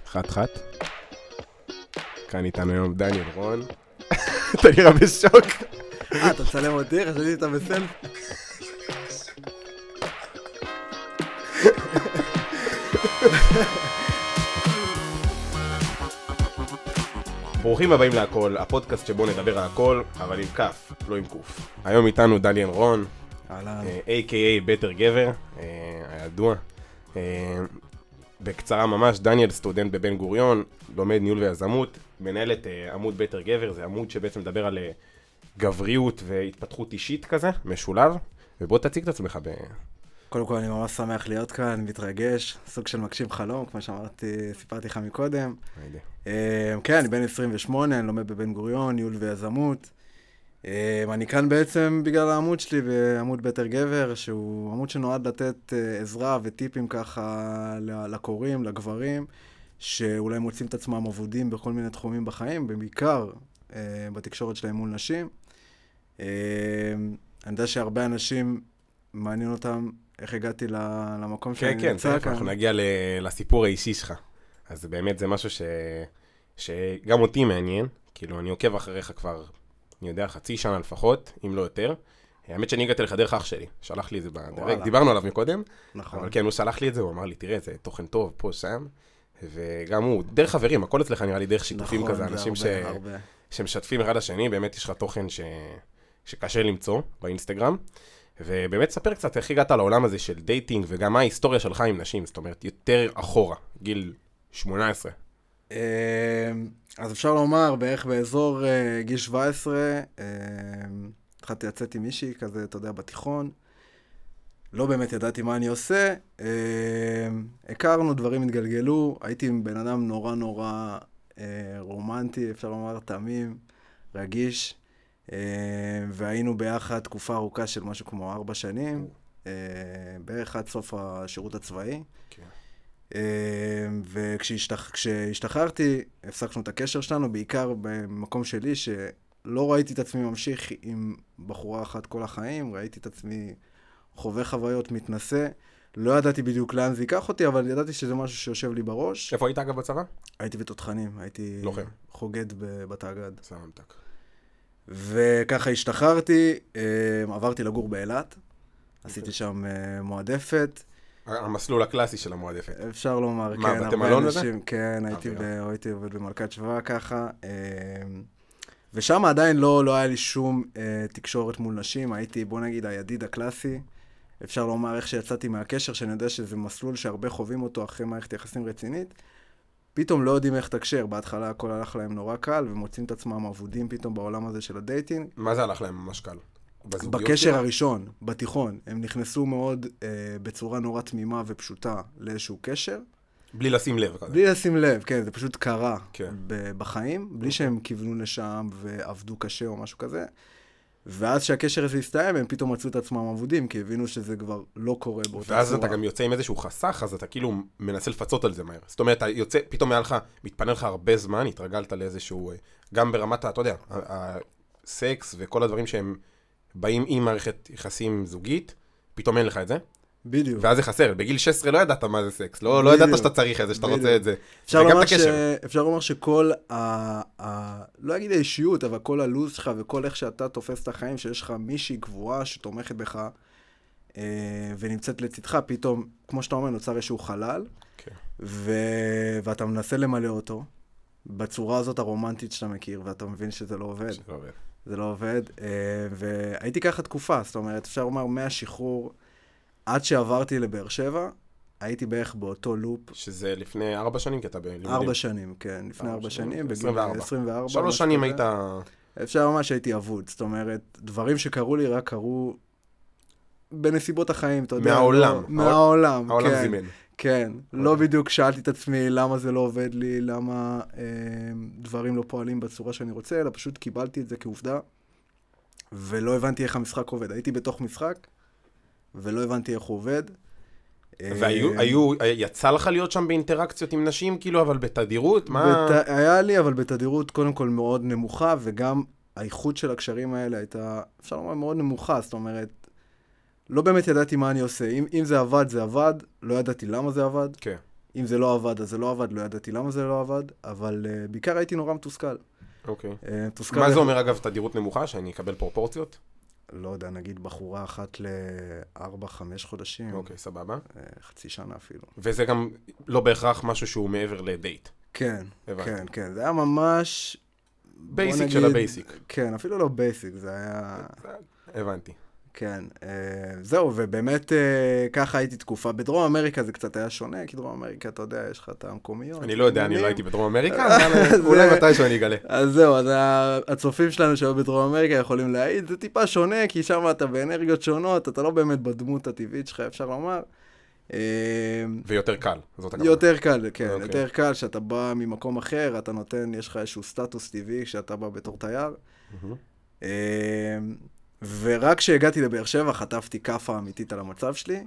חת. כאן איתנו היום דניאל רון. אתה נראה בשוק. אתה צלם אותי? חשבתי שאתה בסלפי. ברוכים הבאים להכל, הפודקאסט שבו נדבר על הכל, אבל עם כף, לא עם קוף. היום איתנו דניאל רון, a.k.a. בטר גבר, הידוע. בקצרה ממש, דניאל סטודנט בבן גוריון, לומד ניהול ויזמות, מנהל את עמוד בטר גבר, זה עמוד שבעצם מדבר על גבריות והתפתחות אישית כזה, משולב, ובוא תציג את עצמך קודם כל אני ממש שמח להיות כאן, מתרגש, סוג של מגשים חלום, כמו שאמרתי, סיפרתי לך מקודם. כן, אני בן 28, אני לומד בבן גוריון, ניהול ויזמות. אני כאן בעצם בגלל העמוד שלי, בעמוד בטר גבר, שהוא עמוד שנועד לתת עזרה וטיפים ככה לקוראים, לגברים, שאולי מוצאים את עצמם עבודים בכל מיני תחומים בחיים, בעיקר בתקשורת שלהם מול נשים. אני יודע שהרבה אנשים מעניין אותם איך הגעתי למקום שאני נמצא כאן. כן, אנחנו נגיע לסיפור האישי שלך. אז באמת זה משהו שגם אותי מעניין, כאילו אני עוקב אחריך כבר, אני יודע, חצי שנה לפחות, אם לא יותר. האמת שאני הגעתי לך דרך אח שלי, שלח לי את זה בדרק, דיברנו עליו מקודם, אבל כן, הוא שלח לי את זה, הוא אמר לי, תראה, זה תוכן טוב, פה, שם, וגם הוא, דרך חברים, הכל אצלך נראה לי דרך שיתופים כזה, אנשים שמשתפים אחד לשני, באמת יש לך תוכן שקשה למצוא באינסטגרם, ובאמת ספר קצת איך הגעת לעולם הזה של דייטינג, וגם מה ההיסטוריה שלך עם נשים, זאת אומרת, יותר אחורה, גיל 18. אז אפשר לומר, בערך באזור גיל 17, התחלתי לצאת עם מישהי כזה, אתה יודע, בתיכון. לא באמת ידעתי מה אני עושה. הכרנו, דברים התגלגלו. הייתי בן אדם נורא נורא רומנטי, אפשר לומר, תמים, רגיש. והיינו ביחד תקופה ארוכה של משהו כמו 4 שנים, בערך עד סוף השירות הצבאי. וכשהשתחררתי, הפסקנו את הקשר שלנו, בעיקר במקום שלי, שלא ראיתי את עצמי ממשיך עם בחורה אחת כל החיים, ראיתי את עצמי חווה חוויות, מתנסה, לא ידעתי בדיוק לאן זה ייקח אותי, אבל ידעתי שזה משהו שיושב לי בראש. איפה היית אגב בצבא? הייתי בתותחנים, הייתי לוחם. חוגד בתאגד. סמתק. וככה השתחררתי, עברתי לגור באילת, עשיתי שם מועדפת. המסלול הקלאסי של המועדפת. אפשר לומר, מה, כן, בתי מלון לזה? כן, הייתי עובד במלכת שווה ככה, ושם עדיין לא היה לי שום תקשורת מול נשים, הייתי, בוא נגיד, הידיד הקלאסי, אפשר לומר איך שיצאתי מהקשר, שאני יודע שזה מסלול שהרבה חווים אותו אחרי מערכת יחסים רצינית, פתאום לא יודעים איך תקשר, בהתחלה הכל הלך להם נורא קל, ומוצאים את עצמם עבודים פתאום בעולם הזה של הדייטינג. מה זה הלך להם ממש קל? בקשר הראשון, בתיכון, הם נכנסו מאוד בצורה נורא תמימה ופשוטה לאיזשהו קשר. בלי לשים לב. בלי לשים לב, כן, זה פשוט קרה כן. בחיים, בלי שהם כיוונו לשם ועבדו קשה או משהו כזה. ואז שהקשר הזה הסתיים, הם פתאום מצאו את עצמם עבודים, כי הבינו שזה כבר לא קורה באותה צורה. ואז אתה גם יוצא עם איזשהו חסך, אז אתה כאילו מנסה לפצות על זה מהר. זאת אומרת, אתה יוצא, פתאום היה לך, מתפנה לך הרבה זמן, התרגלת לאיזשהו, גם ברמת, אתה יודע, הסקס וכל הדברים שהם באים עם מערכת יחסים זוגית, פתאום אין לך את זה. בדיוק. ואז זה חסר. בגיל 16 לא ידעת מה זה סקס. לא ידעת שאתה צריך את זה, שאתה רוצה את זה. אפשר לומר שכל, לא אגיד האישיות, אבל כל הלוז שלך וכל איך שאתה תופס את החיים, שיש לך מישהי קבועה שתומכת בך, ונמצאת לצדך, פתאום, כמו שאתה אומר, נוצר איזשהו חלל, ואתה מנסה למלא אותו, בצורה הזאת הרומנטית שאתה מכיר, ואתה מבין שזה לא עובד. זה לא עובד. והייתי ככה תקופה, זאת אומרת, אפשר לומר, מהשחרור, עד שעברתי לבאר שבע, הייתי בערך באותו לופ. שזה לפני 4 שנים, כי אתה בלימודים. 4 שנים, כן. לפני 4 שנים, בגיל 24. 3 שנים היית... אפשר ממש שהייתי אבוד. זאת אומרת, דברים שקרו לי רק קרו בנסיבות החיים, אתה יודע. מהעולם. מהעולם, העולם כן. זימן. כן. לא בדיוק שאלתי את עצמי למה זה לא עובד לי, למה דברים לא פועלים בצורה שאני רוצה, אלא פשוט קיבלתי את זה כעובדה, ולא הבנתי איך המשחק עובד. הייתי בתוך משחק, ולא הבנתי איך הוא עובד. יצא לך להיות שם באינטראקציות עם נשים, כאילו, אבל בתדירות? היה לי, אבל בתדירות קודם כל מאוד נמוכה, וגם האיכות של הקשרים האלה הייתה, אפשר לומר, מאוד נמוכה, זאת אומרת, לא באמת ידעתי מה אני עושה. אם זה עבד, זה עבד, לא ידעתי למה זה עבד. כן. אם זה לא עבד, אז זה לא עבד, לא ידעתי למה זה לא עבד, אבל בעיקר הייתי נורא מתוסכל. אוקיי. מה זה אומר, אגב, תדירות נמוכה, שאני אקבל פרופורציות? לא יודע, נגיד בחורה אחת ל4-5 חודשים. אוקיי, סבבה. חצי שנה אפילו. וזה גם לא בהכרח משהו שהוא מעבר לדייט. כן, כן. זה היה ממש... בייסיק של הבייסיק. כן, אפילו לא בייסיק, זה היה... הבנתי. כן, זהו, ובאמת ככה הייתי תקופה. בדרום אמריקה זה קצת היה שונה, כי דרום אמריקה, אתה יודע, יש לך את המקומיות. אני לא יודע, אני לא הייתי בדרום אמריקה, אבל אולי מתישהו אני אגלה. אז זהו, אז הצופים שלנו שהיו בדרום אמריקה יכולים להעיד, זה טיפה שונה, כי שם אתה באנרגיות שונות, אתה לא באמת בדמות הטבעית שלך, אפשר לומר. ויותר קל, זאת הכוונה. יותר קל, כן, יותר קל, שאתה בא ממקום אחר, אתה נותן, יש לך איזשהו סטטוס טבעי, שאתה בא בתור תייר. ורק כשהגעתי לבאר שבע, חטפתי כפה אמיתית על המצב שלי.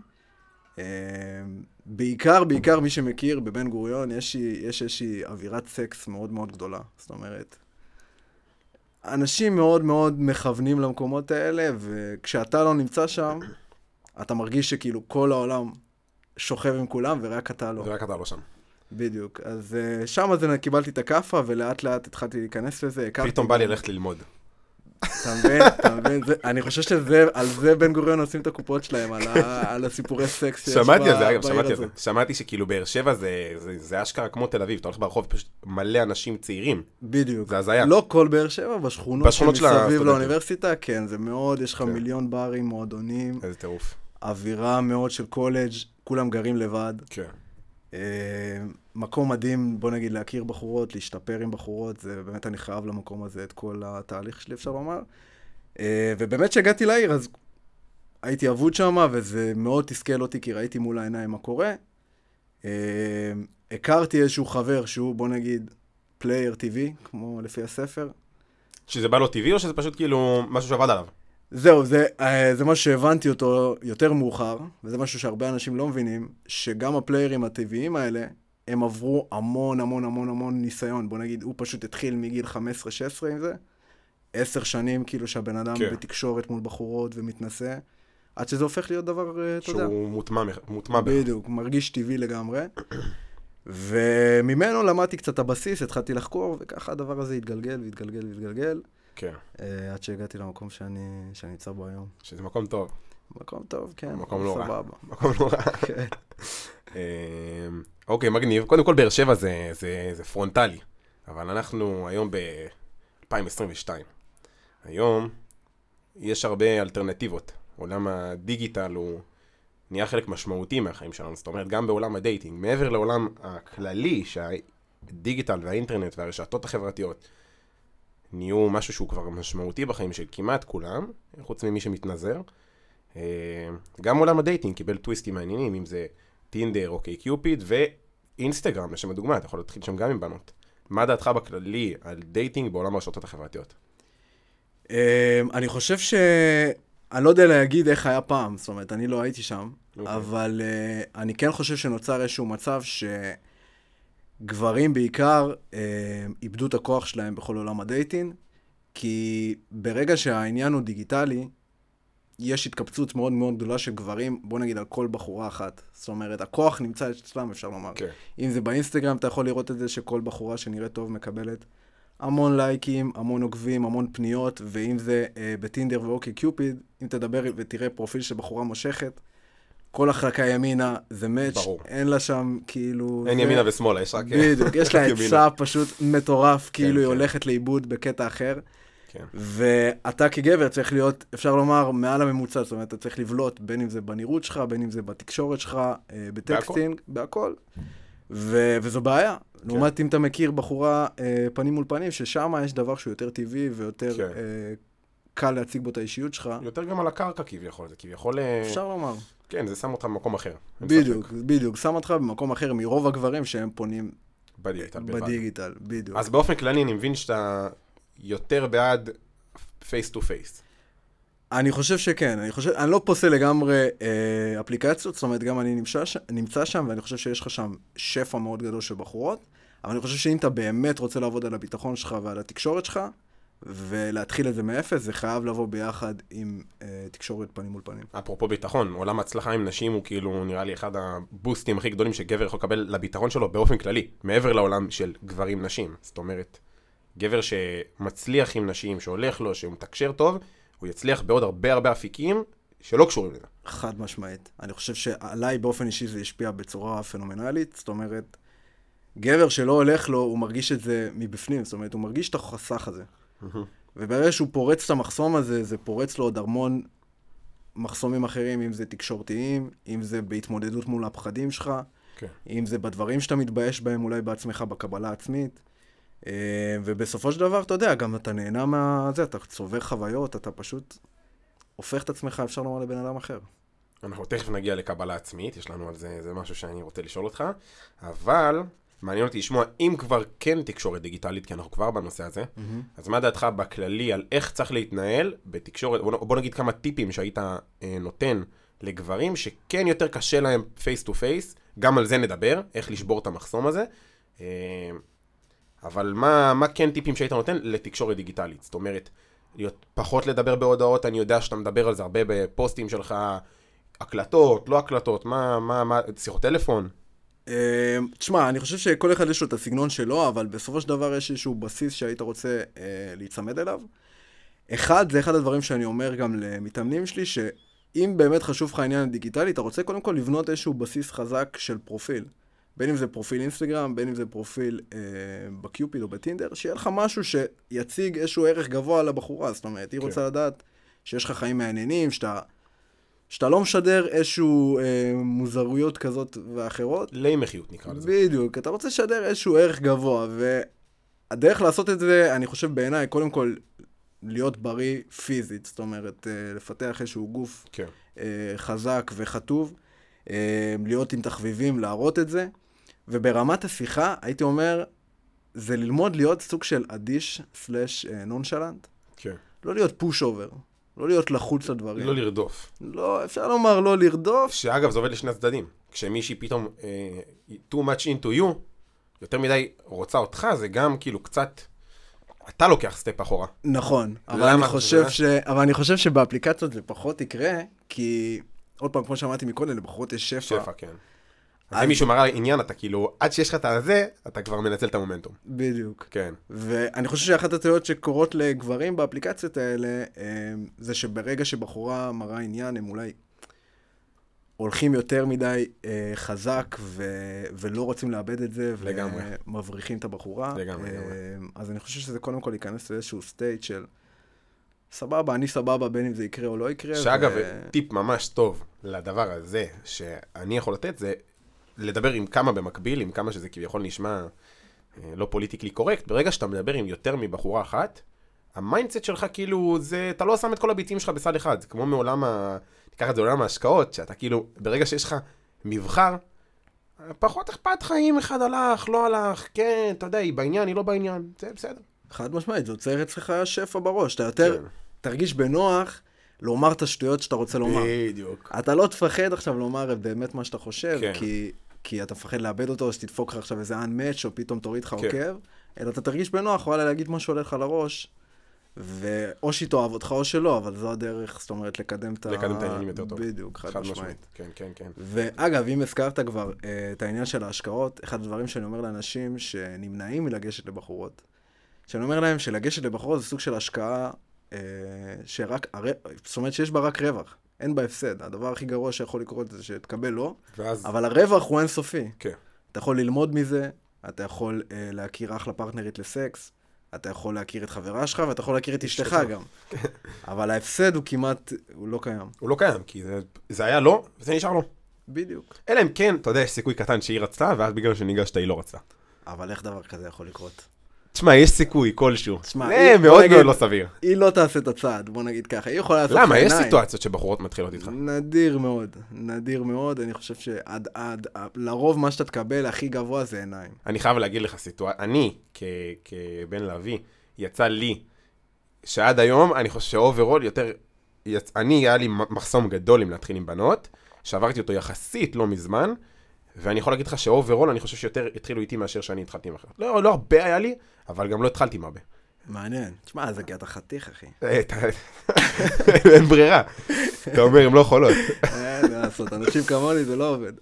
בעיקר מי שמכיר, בבן גוריון, יש איזושהי אווירת סקס מאוד מאוד גדולה. זאת אומרת, אנשים מאוד מאוד מכוונים למקומות האלה, וכשאתה לא נמצא שם, אתה מרגיש שכאילו כל העולם שוכב עם כולם, ורק אתה לא. ורק אתה לא שם. בדיוק. אז שם קיבלתי את הכפה, ולאט לאט התחלתי להיכנס לזה. פתאום בא לי ללכת ללמוד. אתה מבין, אני חושב שעל זה בן גוריון עושים את הקופות שלהם, על הסיפורי סקס שיש שמעתי על זה, אגב, שמעתי על זה. שמעתי שכאילו באר שבע זה אשכרה כמו תל אביב, אתה הולך ברחוב פשוט מלא אנשים צעירים. בדיוק. זה הזיה. לא כל באר שבע, בשכונות שמסביב לאוניברסיטה, כן, זה מאוד, יש לך מיליון ברים, מועדונים. איזה טירוף. אווירה מאוד של קולג', כולם גרים לבד. כן. מקום מדהים, בוא נגיד, להכיר בחורות, להשתפר עם בחורות, זה באמת אני חייב למקום הזה את כל התהליך שלי, אפשר לומר. ובאמת שהגעתי לעיר, אז הייתי עבוד שם, וזה מאוד תסכל אותי, כי ראיתי מול העיניים מה קורה. הכרתי איזשהו חבר שהוא, בוא נגיד, פלייר טבעי, כמו לפי הספר. שזה בא לו טבעי, או שזה פשוט כאילו משהו שעבד עליו? זהו, זה משהו שהבנתי אותו יותר מאוחר, וזה משהו שהרבה אנשים לא מבינים, שגם הפליירים הטבעיים האלה, הם עברו המון ניסיון. בוא נגיד, הוא פשוט התחיל מגיל 15-16 עם זה, 10 שנים כאילו שהבן אדם בתקשורת מול בחורות ומתנסה, עד שזה הופך להיות דבר, אתה יודע. שהוא מוטמע בדיוק, מרגיש טבעי לגמרי. וממנו למדתי קצת הבסיס, התחלתי לחקור, וככה הדבר הזה התגלגל. כן. עד שהגעתי למקום שאני נמצא בו היום. שזה מקום טוב. מקום טוב, כן. מקום לא רע. סבבה. מקום לא רע. כן. אוקיי, מגניב. קודם כל, באר שבע זה פרונטלי. אבל אנחנו היום ב-2022. היום יש הרבה אלטרנטיבות. עולם הדיגיטל הוא נהיה חלק משמעותי מהחיים שלנו. זאת אומרת, גם בעולם הדייטינג. מעבר לעולם הכללי, שהדיגיטל והאינטרנט והרשתות החברתיות נהיו משהו שהוא כבר משמעותי בחיים של כמעט כולם, חוץ ממי שמתנזר. גם עולם הדייטינג קיבל טוויסטים מעניינים, אם זה טינדר, אוקיי קיופיד, ואינסטגרם, לשם הדוגמה, אתה יכול להתחיל שם גם עם בנות. מה דעתך בכללי על דייטינג בעולם הרשתות החברתיות? אני חושב אני לא יודע להגיד איך היה פעם, זאת אומרת, אני לא הייתי שם, אבל אני כן חושב שנוצר איזשהו מצב גברים בעיקר איבדו את הכוח שלהם בכל עולם הדייטינג, כי ברגע שהעניין הוא דיגיטלי, יש התקבצות מאוד מאוד גדולה של גברים, בוא נגיד על כל בחורה אחת. זאת אומרת, הכוח נמצא אצלם, אפשר לומר. Okay. אם זה באינסטגרם, אתה יכול לראות את זה שכל בחורה שנראה טוב מקבלת המון לייקים, המון עוקבים, המון פניות, ואם זה בטינדר ואוקי קיופיד, אם תדבר ותראה פרופיל של בחורה מושכת, כל החלקה ימינה זה מאץ', אין לה שם כאילו... אין ימינה ושמאלה, יש רק... בדיוק, יש לה עצה פשוט מטורף, כאילו היא הולכת לאיבוד בקטע אחר, ואתה כגבר צריך להיות, אפשר לומר, מעל הממוצע, זאת אומרת, אתה צריך לבלוט בין אם זה בנראות שלך, בין אם זה בתקשורת שלך, בטקסטינג, בהכל, וזו בעיה. לעומת אם אתה מכיר בחורה פנים מול פנים, ששם יש דבר שהוא יותר טבעי ויותר קל להציג בו את האישיות שלך. יותר גם על הקרקע כביכול, זה כביכול... אפשר לומר. כן, זה שם אותך במקום אחר. בדיוק, שם אותך במקום אחר מרוב הגברים שהם פונים בדיגיטל, בדיוק. אז באופן כללי אני מבין שאתה יותר בעד פייס טו פייס. אני חושב שכן, אני לא פוסל לגמרי אפליקציות, זאת אומרת גם אני נמצא שם ואני חושב שיש לך שם שפע מאוד גדול של בחורות, אבל אני חושב שאם אתה באמת רוצה לעבוד על הביטחון שלך ועל התקשורת שלך, ולהתחיל את זה מאפס, זה חייב לבוא ביחד עם תקשורת פנים מול פנים. אפרופו ביטחון, עולם ההצלחה עם נשים הוא כאילו נראה לי אחד הבוסטים הכי גדולים שגבר יכול לקבל לביטחון שלו באופן כללי, מעבר לעולם של גברים נשים. זאת אומרת, גבר שמצליח עם נשים, שהולך לו, שהוא מתקשר טוב, הוא יצליח בעוד הרבה אפיקים שלא קשורים לזה. חד משמעית. אני חושב שעליי באופן אישי זה השפיע בצורה פנומנלית, זאת אומרת, גבר שלא הולך לו, הוא מרגיש את זה מבפנים, זאת אומרת, הוא מרגיש את החסך הזה. וברגע שהוא פורץ את המחסום הזה, זה פורץ לו עוד המון מחסומים אחרים, אם זה תקשורתיים, אם זה בהתמודדות מול הפחדים שלך, אם זה בדברים שאתה מתבייש בהם אולי בעצמך בקבלה עצמית. ובסופו של דבר, אתה יודע, גם אתה נהנה מהזה, אתה צובר חוויות, אתה פשוט הופך את עצמך, אפשר לומר, לבן אדם אחר. אנחנו תכף נגיע לקבלה עצמית, יש לנו על זה, זה משהו שאני רוצה לשאול אותך, אבל מעניין אותי לשמוע, אם כבר כן תקשורת דיגיטלית, כי אנחנו כבר בנושא הזה, אז מה דעתך בכללי על איך צריך להתנהל בתקשורת, בוא נגיד כמה טיפים שהיית נותן לגברים, שכן יותר קשה להם פייס טו פייס, גם על זה נדבר, איך לשבור את המחסום הזה, אבל מה כן טיפים שהיית נותן לתקשורת דיגיטלית? זאת אומרת, להיות פחות לדבר בהודעות, אני יודע שאתה מדבר על זה הרבה בפוסטים שלך, הקלטות, לא הקלטות, שיחות טלפון? תשמע, אני חושב שכל אחד יש לו את הסגנון שלו, אבל בסופו של דבר יש איזשהו בסיס שהיית רוצה להצמד אליו. זה אחד הדברים שאני אומר גם למתאמנים שלי, שאם באמת חשוב לך העניין הדיגיטלי, אתה רוצה קודם כל לבנות איזשהו בסיס חזק של פרופיל. בין אם זה פרופיל אינסטגרם, בין אם זה פרופיל בקיופיד או בטינדר, שיהיה לך משהו שיציג איזשהו ערך גבוה לבחורה. זאת אומרת, היא רוצה לדעת שיש לך חיים מעניינים, שאתה לא משדר איזשהו מוזרויות כזאת ואחרות. לימחיות נקרא לזה. בדיוק, אתה רוצה לשדר איזשהו ערך גבוה, והדרך לעשות את זה, אני חושב בעיניי, קודם כל, להיות בריא פיזית, זאת אומרת, לפתח איזשהו גוף חזק וחטוב, להיות עם תחביבים, להראות את זה, וברמת השיחה, הייתי אומר, זה ללמוד להיות סוג של אדיש סלש נונשלנט. כן. לא להיות פוש אובר. לא להיות לחוץ לדברים. לא לרדוף. לא, אפשר לומר לא לרדוף. שאגב, זה עובד לשני הצדדים. כשמישהי פתאום too much into you, יותר מדי רוצה אותך, זה גם כאילו קצת, אתה לוקח סטפ אחורה. נכון, אבל אני חושב שבאפליקציות זה פחות יקרה, כי עוד פעם, כמו שאמרתי מקודם, לבחורות יש שפע. שפע, כן. אז אם מישהו מראה עניין, אתה כאילו, עד שיש לך את הזה, אתה כבר מנצל את המומנטום. בדיוק. כן. ואני חושב שאחת הטעויות שקורות לגברים באפליקציות האלה, זה שברגע שבחורה מראה עניין, הם אולי הולכים יותר מדי חזק, ולא רוצים לאבד את זה, ומבריחים את הבחורה. לגמרי. אז אני חושב שזה קודם כל להיכנס לאיזשהו סטייט של סבבה, אני סבבה, בין אם זה יקרה או לא יקרה. שאגב, טיפ ממש טוב לדבר הזה, שאני יכול לתת, זה לדבר עם כמה במקביל, עם כמה שזה כביכול נשמע לא פוליטיקלי קורקט. ברגע שאתה מדבר עם יותר מבחורה אחת, המיינדסט שלך כאילו, אתה לא שם את כל הביצים שלך בסד אחד. כמו מעולם, תיקח את זה לעולם ההשקעות, שאתה כאילו, ברגע שיש לך מבחר, פחות אכפת לך אם אחד הלך, לא הלך, כן, אתה יודע, היא בעניין, היא לא בעניין, זה בסדר. חד משמעית, זה יוצר אצלך שפע בראש, אתה יותר תרגיש בנוח לומר את השטויות שאתה רוצה לומר. בדיוק. אתה לא תפחד עכשיו לומר באמת מה שאתה חושב, כי אתה מפחד לאבד אותו, או שתדפוק לך עכשיו איזה unmatch, או פתאום תוריד לך עוקב, אלא אתה תרגיש בנוח, וואלה להגיד מה שעולה לך לראש, ואו שהיא תאהב אותך או שלא, אבל זו הדרך, זאת אומרת, לקדם את העניינים יותר טוב. בדיוק, חד משמעית. כן, כן, כן. ואגב, אם הזכרת כבר את העניין של ההשקעות, אחד הדברים שאני אומר לאנשים שנמנעים מלגשת לבחורות, שאני אומר להם שלגשת לבחורות זה סוג של השקעה זאת אומרת שיש בה רק רווח, אין בה הפסד. הדבר הכי גרוע שיכול לקרות זה שתקבל לא, אבל הרווח הוא אינסופי. אתה יכול ללמוד מזה, אתה יכול להכיר אחלה פרטנרית לסקס, אתה יכול להכיר את חברה שלך, ואתה יכול להכיר את אשתך גם. אבל ההפסד הוא כמעט, הוא לא קיים. הוא לא קיים, כי זה היה לא, וזה נשאר לא. בדיוק. אלא אם כן, אתה יודע, יש סיכוי קטן שהיא רצתה, ואז בגלל שניגשת היא לא רצתה. אבל איך דבר כזה יכול לקרות? תשמע, יש סיכוי כלשהו. זה מאוד מאוד לא סביר. היא לא תעשה את הצעד, בוא נגיד ככה. היא יכולה לעשות למה? יש סיטואציות שבחורות מתחילות איתך. נדיר מאוד, נדיר מאוד. אני חושב לרוב מה שאתה תקבל הכי גבוה זה עיניים. אני חייב להגיד לך סיטואציה, אני כבן להביא, יצא לי שעד היום, אני חושב שאוברול יותר, היה לי מחסום גדול אם להתחיל עם בנות, שעברתי אותו יחסית לא מזמן, ואני יכול להגיד לך שאוברול, אני חושב שיותר התחילו איתי מאשר שאני התחלתי עם אחרת. לא הרבה היה לי, אבל גם לא התחלתי עם הרבה. מעניין. תשמע, זה כי אתה חתיך, אחי. אין ברירה. אתה אומר, הם לא יכולות. אין לעשות, אנשים כמוני זה לא עובד.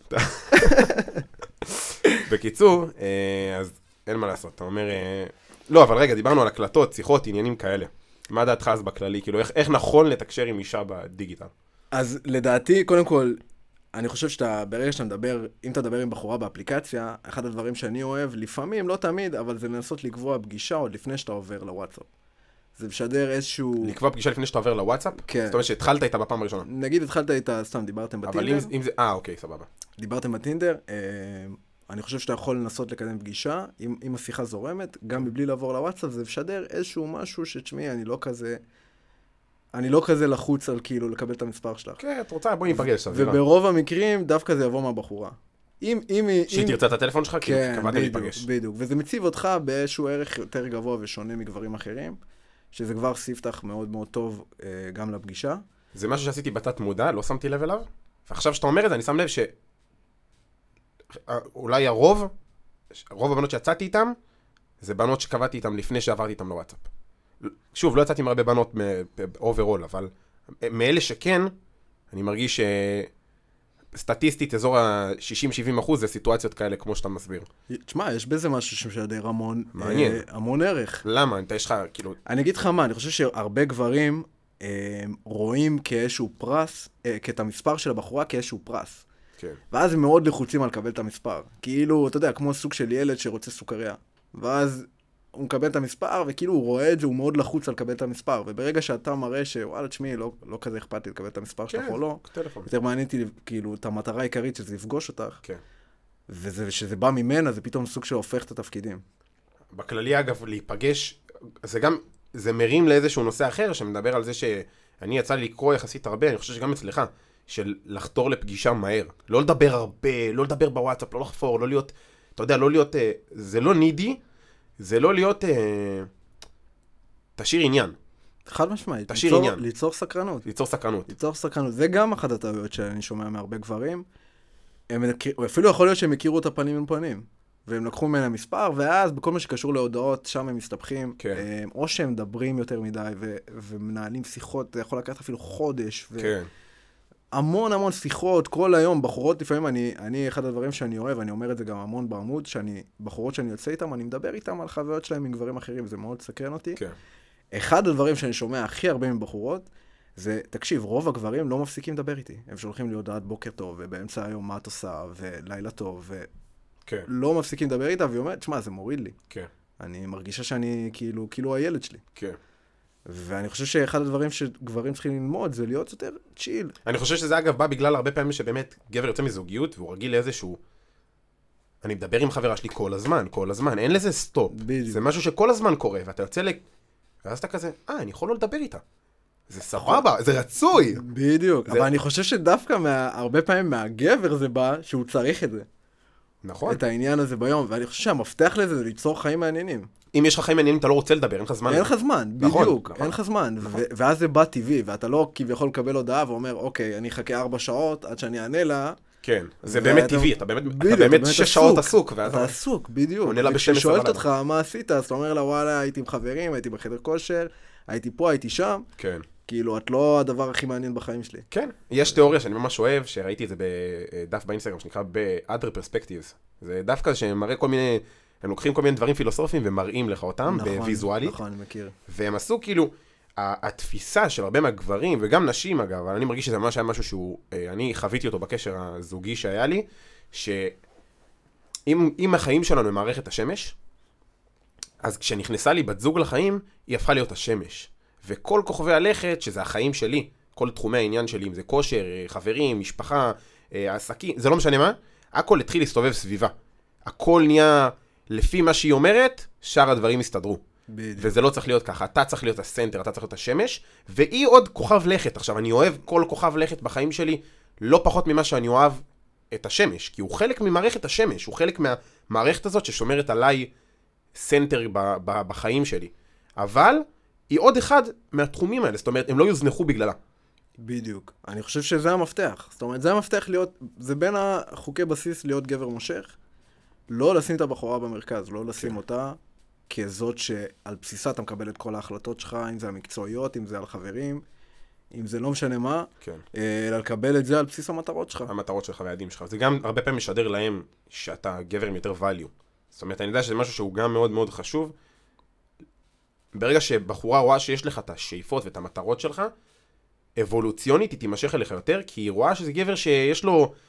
בקיצור, אז אין מה לעשות. אתה אומר, לא, אבל רגע, דיברנו על הקלטות, שיחות, עניינים כאלה. מה דעתך אז בכללי? כאילו, איך נכון לתקשר עם אישה בדיגיטל? אז לדעתי, קודם כל, אני חושב שאתה, ברגע שאתה מדבר, אם אתה מדבר עם בחורה באפליקציה, אחד הדברים שאני אוהב, לפעמים, לא תמיד, אבל זה לנסות לקבוע פגישה עוד לפני שאתה עובר לוואטסאפ. זה משדר איזשהו... לקבוע פגישה לפני שאתה עובר לוואטסאפ? כן. זאת אומרת שהתחלת איתה בפעם הראשונה. נגיד התחלת איתה, סתם, דיברתם בטינדר. אבל אם זה... אוקיי, סבבה. דיברתם בטינדר, אני חושב שאתה יכול לנסות לקדם פגישה, אם השיחה זורמת, גם מבלי לעבור לוואטסאפ, זה משדר איזשהו משהו שתשמעי, אני לא כזה לחוץ על כאילו לקבל את המספר שלך. כן, את רוצה, בואי ניפגש. וברוב המקרים, דווקא זה יבוא מהבחורה. שהיא תרצה את הטלפון שלך, כי קבעתם להיפגש. בדיוק, וזה מציב אותך באיזשהו ערך יותר גבוה ושונה מגברים אחרים, שזה כבר ספתח מאוד מאוד טוב גם לפגישה. זה משהו שעשיתי בתת מודע, לא שמתי לב אליו, ועכשיו שאתה אומר את זה, אני שם לב שאולי רוב הבנות שיצאתי איתם, זה בנות שקבעתי איתם לפני שעברתי איתם לוואטסאפ. שוב, לא יצאתי עם הרבה בנות אוברול, אבל מאלה שכן, אני מרגיש סטטיסטית, אזור ה-60-70% זה סיטואציות כאלה, כמו שאתה מסביר. תשמע, יש בזה משהו שמשדר מעניין. המון ערך. למה? אתה יש לך, כאילו... אני אגיד לך מה, אני חושב שהרבה גברים רואים כאיזשהו פרס, את המספר של הבחורה כאיזשהו פרס. כן. ואז הם מאוד לחוצים על לקבל את המספר. כאילו, אתה יודע, כמו סוג של ילד שרוצה סוכריה. ואז הוא מקבל את המספר, וכאילו הוא רואה את זה, הוא מאוד לחוץ על לקבל את המספר. וברגע שאתה מראה שוואלה, תשמעי, לא כזה אכפת לי לקבל את המספר שלך או לא, יותר מעניין אותי, כאילו, את המטרה העיקרית שזה יפגוש אותך. כן. ושזה בא ממנה, זה פתאום סוג שהופך את התפקידים. בכללי, אגב, להיפגש, זה גם, זה מרים לאיזשהו נושא אחר, שמדבר על זה שאני יצא לי לקרוא יחסית הרבה, אני חושב שגם אצלך, של לחתור לפגישה מהר. לא לדבר הרבה, לא לדבר בוואטסאפ, לא לחפור, לא להיות, אתה יודע, לא להיות, זה לא נידי, זה לא להיות, תשאיר עניין. חד משמעית. תשאיר עניין. ליצור סקרנות. ליצור סקרנות. ליצור סקרנות. זה גם אחת הטעויות שאני שומע מהרבה גברים. אפילו יכול להיות שהם הכירו את הפנים עם פנים. והם לקחו ממנה מספר, ואז בכל מה שקשור להודעות, שם הם מסתבכים. כן. או שהם מדברים יותר מדי ומנהלים שיחות, זה יכול לקחת אפילו חודש. כן. המון שיחות, כל היום, בחורות לפעמים, אני אחד הדברים שאני אוהב, אני אומר את זה גם המון בעמוד, בחורות שאני יוצא איתם, אני מדבר איתם על חוויות שלהם עם גברים אחרים, זה מאוד סקרן אותי. כן. אחד הדברים שאני שומע הכי הרבה מבחורות, זה, תקשיב, רוב הגברים לא מפסיקים לדבר איתי. הם שולחים לי הודעת בוקר טוב, ובאמצע היום מה את עושה, ולילה טוב, כן. ולא מפסיקים לדבר איתה, והיא אומרת, שמע, זה מוריד לי. כן. אני מרגישה שאני כאילו הילד שלי. כן. ואני חושב שאחד הדברים שגברים צריכים ללמוד זה להיות יותר צ'יל. אני חושב שזה אגב בא בגלל הרבה פעמים שבאמת גבר יוצא מזוגיות והוא רגיל לאיזשהו... אני מדבר עם חברה שלי כל הזמן, אין לזה סטופ. בדיוק. זה משהו שכל הזמן קורה, ואתה יוצא ואז אתה כזה, אני יכול לא לדבר איתה. זה סבבה, זה רצוי. בדיוק, אבל אני חושב שדווקא הרבה פעמים מהגבר זה בא שהוא צריך את זה. נכון. את העניין הזה ביום, ואני חושב שהמפתח לזה זה ליצור חיים מעניינים. אם יש לך חיים מעניינים, אתה לא רוצה לדבר, אין לך זמן. אין לך זמן, בדיוק, אין לך זמן. ואז זה בא טבעי, ואתה לא כביכול לקבל הודעה ואומר, אוקיי, אני אחכה 4 שעות עד שאני אענה לה. כן, זה באמת טבעי, אתה באמת 6 שעות עסוק. אתה עסוק, בדיוק. וכששואלת אותך מה עשית, אז אתה אומר לה, וואלה, הייתי עם חברים, הייתי בחדר כושר, הייתי פה, הייתי שם. כן. כאילו, את לא הדבר הכי מעניין בחיים שלי. כן, יש תיאוריה שאני ממש אוהב, שראיתי את זה בדף באינסטגרם, שנקרא ב-Other Perspectives. זה דווקא שמראה כל מיני, הם לוקחים כל מיני דברים פילוסופיים ומראים לך אותם בוויזואלית. נכון, אני מכיר. והם עשו כאילו, התפיסה של הרבה מהגברים, וגם נשים אגב, אבל אני מרגיש שזה ממש היה משהו שהוא, אני חוויתי אותו בקשר הזוגי שהיה לי, שאם החיים שלנו הם מערכת השמש, אז כשנכנסה לי בת זוג לחיים, היא הפכה להיות השמש. וכל כוכבי הלכת, שזה החיים שלי, כל תחומי העניין שלי, אם זה כושר, חברים, משפחה, עסקים, זה לא משנה מה, הכל התחיל להסתובב סביבה. הכל נהיה לפי מה שהיא אומרת, שאר הדברים הסתדרו. בדיוק. וזה לא צריך להיות ככה, אתה צריך להיות הסנטר, אתה צריך להיות השמש, והיא עוד כוכב לכת. עכשיו, אני אוהב כל כוכב לכת בחיים שלי, לא פחות ממה שאני אוהב את השמש, כי הוא חלק ממערכת השמש, הוא חלק מהמערכת הזאת ששומרת עליי סנטר בחיים שלי. אבל היא עוד אחד מהתחומים האלה, זאת אומרת, הם לא יוזנחו בגללה. בדיוק. אני חושב שזה המפתח. זאת אומרת, זה המפתח להיות, זה בין החוקי בסיס להיות גבר מושך, לא לשים את הבחורה במרכז, לא לשים אותה כזאת שעל בסיסה אתה מקבל את כל ההחלטות שלך, אם זה המקצועיות, אם זה על חברים, אם זה לא משנה מה, כן. אלא לקבל את זה על בסיס המטרות שלך. המטרות שלך והיעדים שלך. זה גם הרבה פעמים משדר להם שאתה גבר עם יותר value. זאת אומרת, אני יודע שזה משהו שהוא גם מאוד מאוד חשוב. ברגע שבחורה רואה שיש לך את השאיפות ואת המטרות שלך, אבולוציונית היא תימשך אליך יותר, כי היא רואה שזה גבר שיש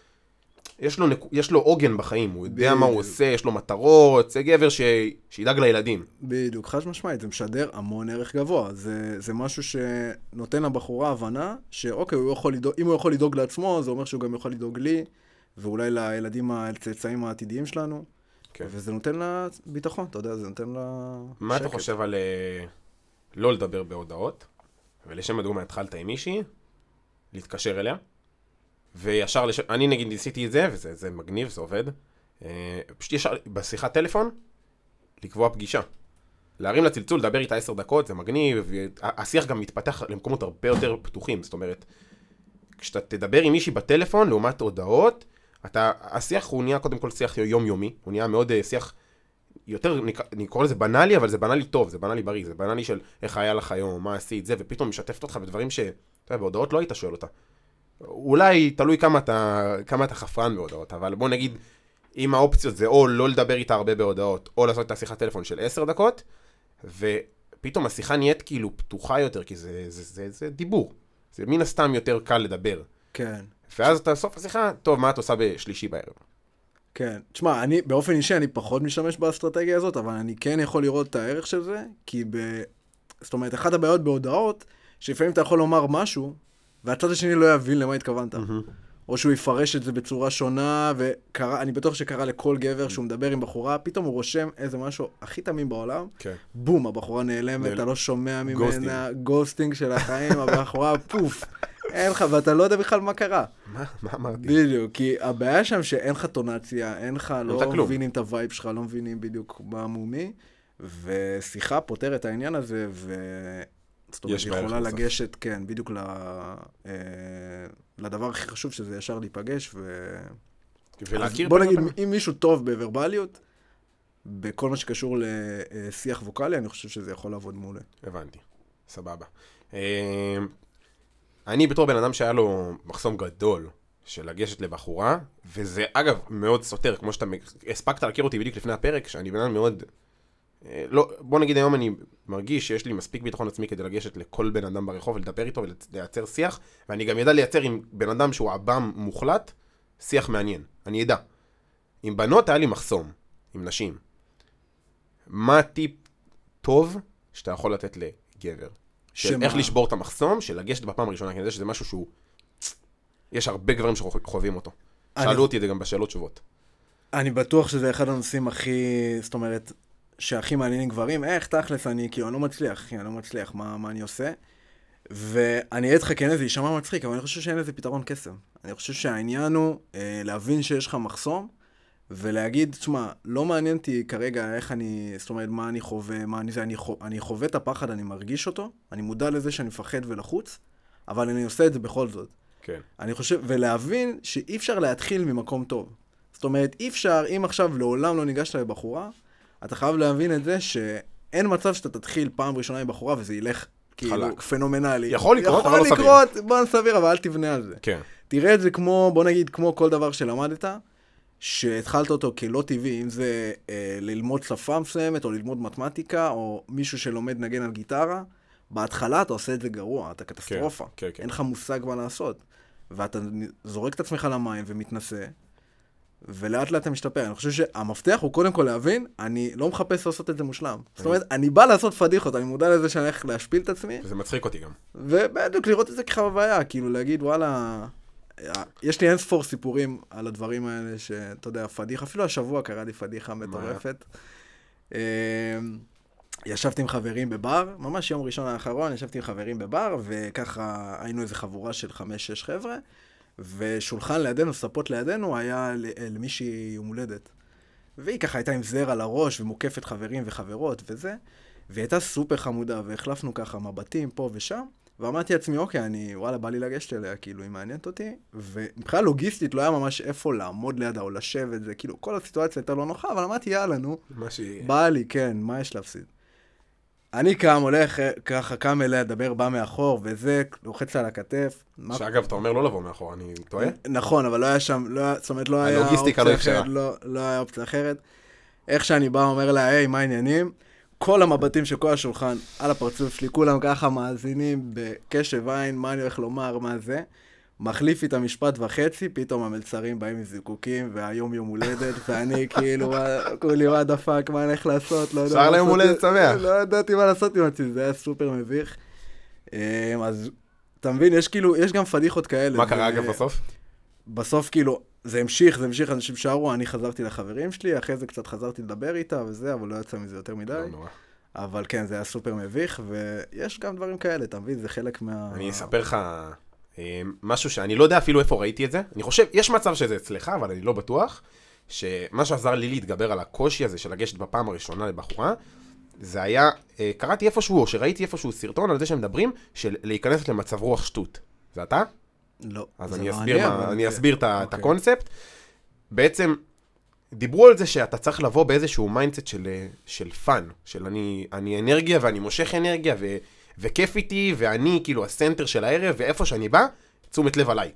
לו עוגן בחיים, הוא יודע מה הוא עושה, יש לו מטרות, זה גבר שידאג לילדים. בדיוק, חד משמעית, זה משדר המון ערך גבוה. זה משהו שנותן לבחורה הבנה, שאוקיי, אם הוא יכול לדאוג לעצמו, זה אומר שהוא גם יכול לדאוג לי, ואולי לילדים הצאצאים העתידיים שלנו. כן. וזה נותן לה ביטחון, אתה יודע, זה נותן לה שקט. מה אתה חושב על לא לדבר בהודעות, ולשם הדוגמה התחלת עם מישהי, להתקשר אליה, וישר אני נגיד ניסיתי את זה, וזה מגניב, זה עובד. פשוט ישר, בשיחת טלפון, לקבוע פגישה. להרים לצלצול, לדבר איתה 10 דקות, זה מגניב, והשיח גם מתפתח למקומות הרבה יותר פתוחים. זאת אומרת, כשאתה תדבר עם מישהי בטלפון, לעומת הודעות, השיח הוא נהיה קודם כל שיח יומיומי, הוא נהיה מאוד שיח יותר, אני קורא לזה בנאלי, אבל זה בנאלי טוב, זה בנאלי בריא, זה בנאלי של איך היה לך היום, מה עשית זה, ופתאום משתפת אותך בדברים בהודעות לא היית שואל אותה. אולי תלוי כמה אתה חפרן בהודעות, אבל בוא נגיד, אם האופציות זה או לא לדבר איתה הרבה בהודעות, או לעשות את השיחת טלפון של 10 דקות, ופתאום השיחה נהיית כאילו פתוחה יותר, כי זה דיבור. זה מן הסתם יותר קל לדבר. כן. ואז אתה סוף השיחה, טוב, מה את עושה בשלישי בערב? כן. תשמע, באופן אישי אני פחות משתמש באסטרטגיה הזאת, אבל אני כן יכול לראות את הערך של זה, כי זאת אומרת, אחת הבעיות בהודעות, שלפעמים אתה יכול לומר משהו, והצד השני לא יבין למה התכוונת. או שהוא יפרש את זה בצורה שונה, ואני בטוח שקרה לכל גבר שהוא מדבר עם בחורה, פתאום הוא רושם איזה משהו הכי תמים בעולם, בום, הבחורה נעלמת, אתה לא שומע ממנה, גוסטינג של החיים, הבחורה, פוף, אין לך, ואתה לא יודע בכלל מה קרה. מה אמרתי? בדיוק, כי הבעיה שם שאין לך טונציה, אין לך, לא מבינים את הווייב שלך, לא מבינים בדיוק מה מומי, ושיחה פותר את העניין הזה, זאת אומרת, יכולה לגשת, כן, בדיוק לדבר הכי חשוב, שזה ישר להיפגש, בוא נגיד, אם מישהו טוב בוורבליות, בכל מה שקשור לשיח ווקלי, אני חושב שזה יכול לעבוד מעולה. הבנתי, סבבה. אני בתור בן אדם שהיה לו מחסום גדול של לגשת לבחורה, וזה אגב מאוד סותר, כמו שאתה הספקת להכיר אותי בדיוק לפני הפרק, שאני בן אדם מאוד... לא, בוא נגיד היום אני מרגיש שיש לי מספיק ביטחון עצמי כדי לגשת לכל בן אדם ברחוב ולדבר איתו ולייצר שיח, ואני גם ידע לייצר עם בן אדם שהוא עב"ם מוחלט, שיח מעניין. אני ידע. עם בנות היה לי מחסום, עם נשים. מה טיפ טוב שאתה יכול לתת לגבר? של איך לשבור את המחסום, של לגשת בפעם הראשונה, כי אני יודע שזה משהו שהוא... יש הרבה גברים שחווים אותו. שאלו אותי את זה גם בשאלות תשובות. אני בטוח שזה אחד הנושאים הכי, זאת אומרת, שהכי מעניינים גברים, איך תכלס אני, כאילו אני לא מצליח, מה אני עושה? ואני אהיה איתך כן, זה יישמע מצחיק, אבל אני חושב שאין לזה פתרון קסם. אני חושב שהעניין הוא להבין שיש לך מחסום, ולהגיד, תשמע, לא מעניין אותי כרגע איך אני, זאת אומרת, מה אני חווה, אני חווה את הפחד, אני מרגיש אותו, אני מודע לזה שאני מפחד ולחוץ, אבל אני עושה את זה בכל זאת. כן. אני חושב, ולהבין שאי אפשר להתחיל ממקום טוב. זאת אומרת, אי אפשר, אם עכשיו לעולם לא ניגשת לבחורה, אתה חייב להבין את זה שאין מצב שאתה תתחיל פעם ראשונה עם בחורה וזה ילך כאילו פנומנלי. יכול לקרות, אבל לא סביר. יכול לקרות, בוא נסביר, אבל אל תבנה על זה. כן. תראה את זה כמו, בוא נגיד, כמו כל דבר שלמדת, שהתחלת אותו כלא טבעי, אם זה ללמוד שפה מסוימת, או ללמוד מתמטיקה, או מישהו שלומד נגן על גיטרה, בהתחלה אתה עושה את זה גרוע, אתה קטסטרופה. כן, כן. אין לך מושג מה לעשות. ואתה זורק את עצמך למים ומתנסה, ולאט לאט אתה משתפר. אני חושב שהמפתח הוא קודם כל להבין, אני לא מחפש לעשות את זה מושלם. זאת אומרת, אני בא לעשות פדיחות, אני מודע לזה שאני הולך להשפיל את עצמי. וזה מצחיק אותי גם. ובדיוק לראות את זה כחוויה, כאילו להגיד, וואלה, יש לי אין ספור סיפורים על הדברים האלה, שאתה יודע, פדיחה, אפילו השבוע קרה לי פדיחה מטורפת. ישבתי עם חברים בבר, ממש יום ראשון האחרון, ישבתי עם חברים בבר, וככה היינו איזו חבורה של 5-6 חבר'ה, ושולחן לידינו, ספות לידינו, היה למישהי יום הולדת. והיא ככה הייתה עם זר על הראש, ומוקפת חברים וחברות וזה, והיא הייתה סופר חמודה, והחלפנו ככה מבטים פה ושם, ואמרתי לעצמי, אוקיי, וואלה, בא לי לגשת אליה, כאילו, היא מעניינת אותי, ומבחינה לוגיסטית לא היה ממש איפה לעמוד לידה או לשבת, זה כאילו, כל הסיטואציה הייתה לא נוחה, אבל אמרתי, יאללה, נו, בא לי, כן, מה יש להפסיד? אני הולך, ככה קם אליה, דבר, בא מאחור, וזה, לוחץ על הכתף. שאגב, אתה אומר לא לבוא מאחור, אני טועה? נכון, אבל לא היה שם, זאת אומרת, לא היה הלוגיסטיקה לא אפשרה. לא היה אופציה אחרת. איך שאני בא, אומר לה, היי, מה העניינים? כל המבטים של כל השולחן על הפרצוף שלי, כולם ככה מאזינים בקשב עין, מה אני הולך לומר, מה זה. מחליף איתה משפט וחצי, פתאום המלצרים באים עם זיקוקים, והיום יום הולדת, ואני כאילו, כולי what the fuck, מה אני הולך לעשות, לא יודע. שר ליום הולדת שמח. לא ידעתי מה לעשות עם עצמי, זה היה סופר מביך. אז, אתה מבין, יש גם פדיחות כאלה. מה קרה אגב בסוף? בסוף כאילו, זה המשיך, אנשים שערו, אני חזרתי לחברים שלי, אחרי זה קצת חזרתי לדבר איתה וזה, אבל לא יצא מזה יותר מדי. לא נורא. אבל כן, זה היה סופר מביך, ויש גם דברים כאלה, אתה מבין, זה חלק אני אספר לך משהו שאני לא יודע אפילו איפה ראיתי את זה. אני חושב, יש מצב שזה אצלך, אבל אני לא בטוח, שמה שעזר לי להתגבר על הקושי הזה של לגשת בפעם הראשונה לבחורה, זה היה, קראתי איפשהו, או שראיתי איפשהו סרטון על זה שהם מדברים, של להיכנס למצב רוח שטות. זה אתה? לא. אז אני אסביר את הקונספט. בעצם, דיברו על זה שאתה צריך לבוא באיזשהו מיינדסט של פאן, של אני אנרגיה ואני מושך אנרגיה וכיף איתי, ואני כאילו הסנטר של הערב, ואיפה שאני בא, תשומת לב עליי.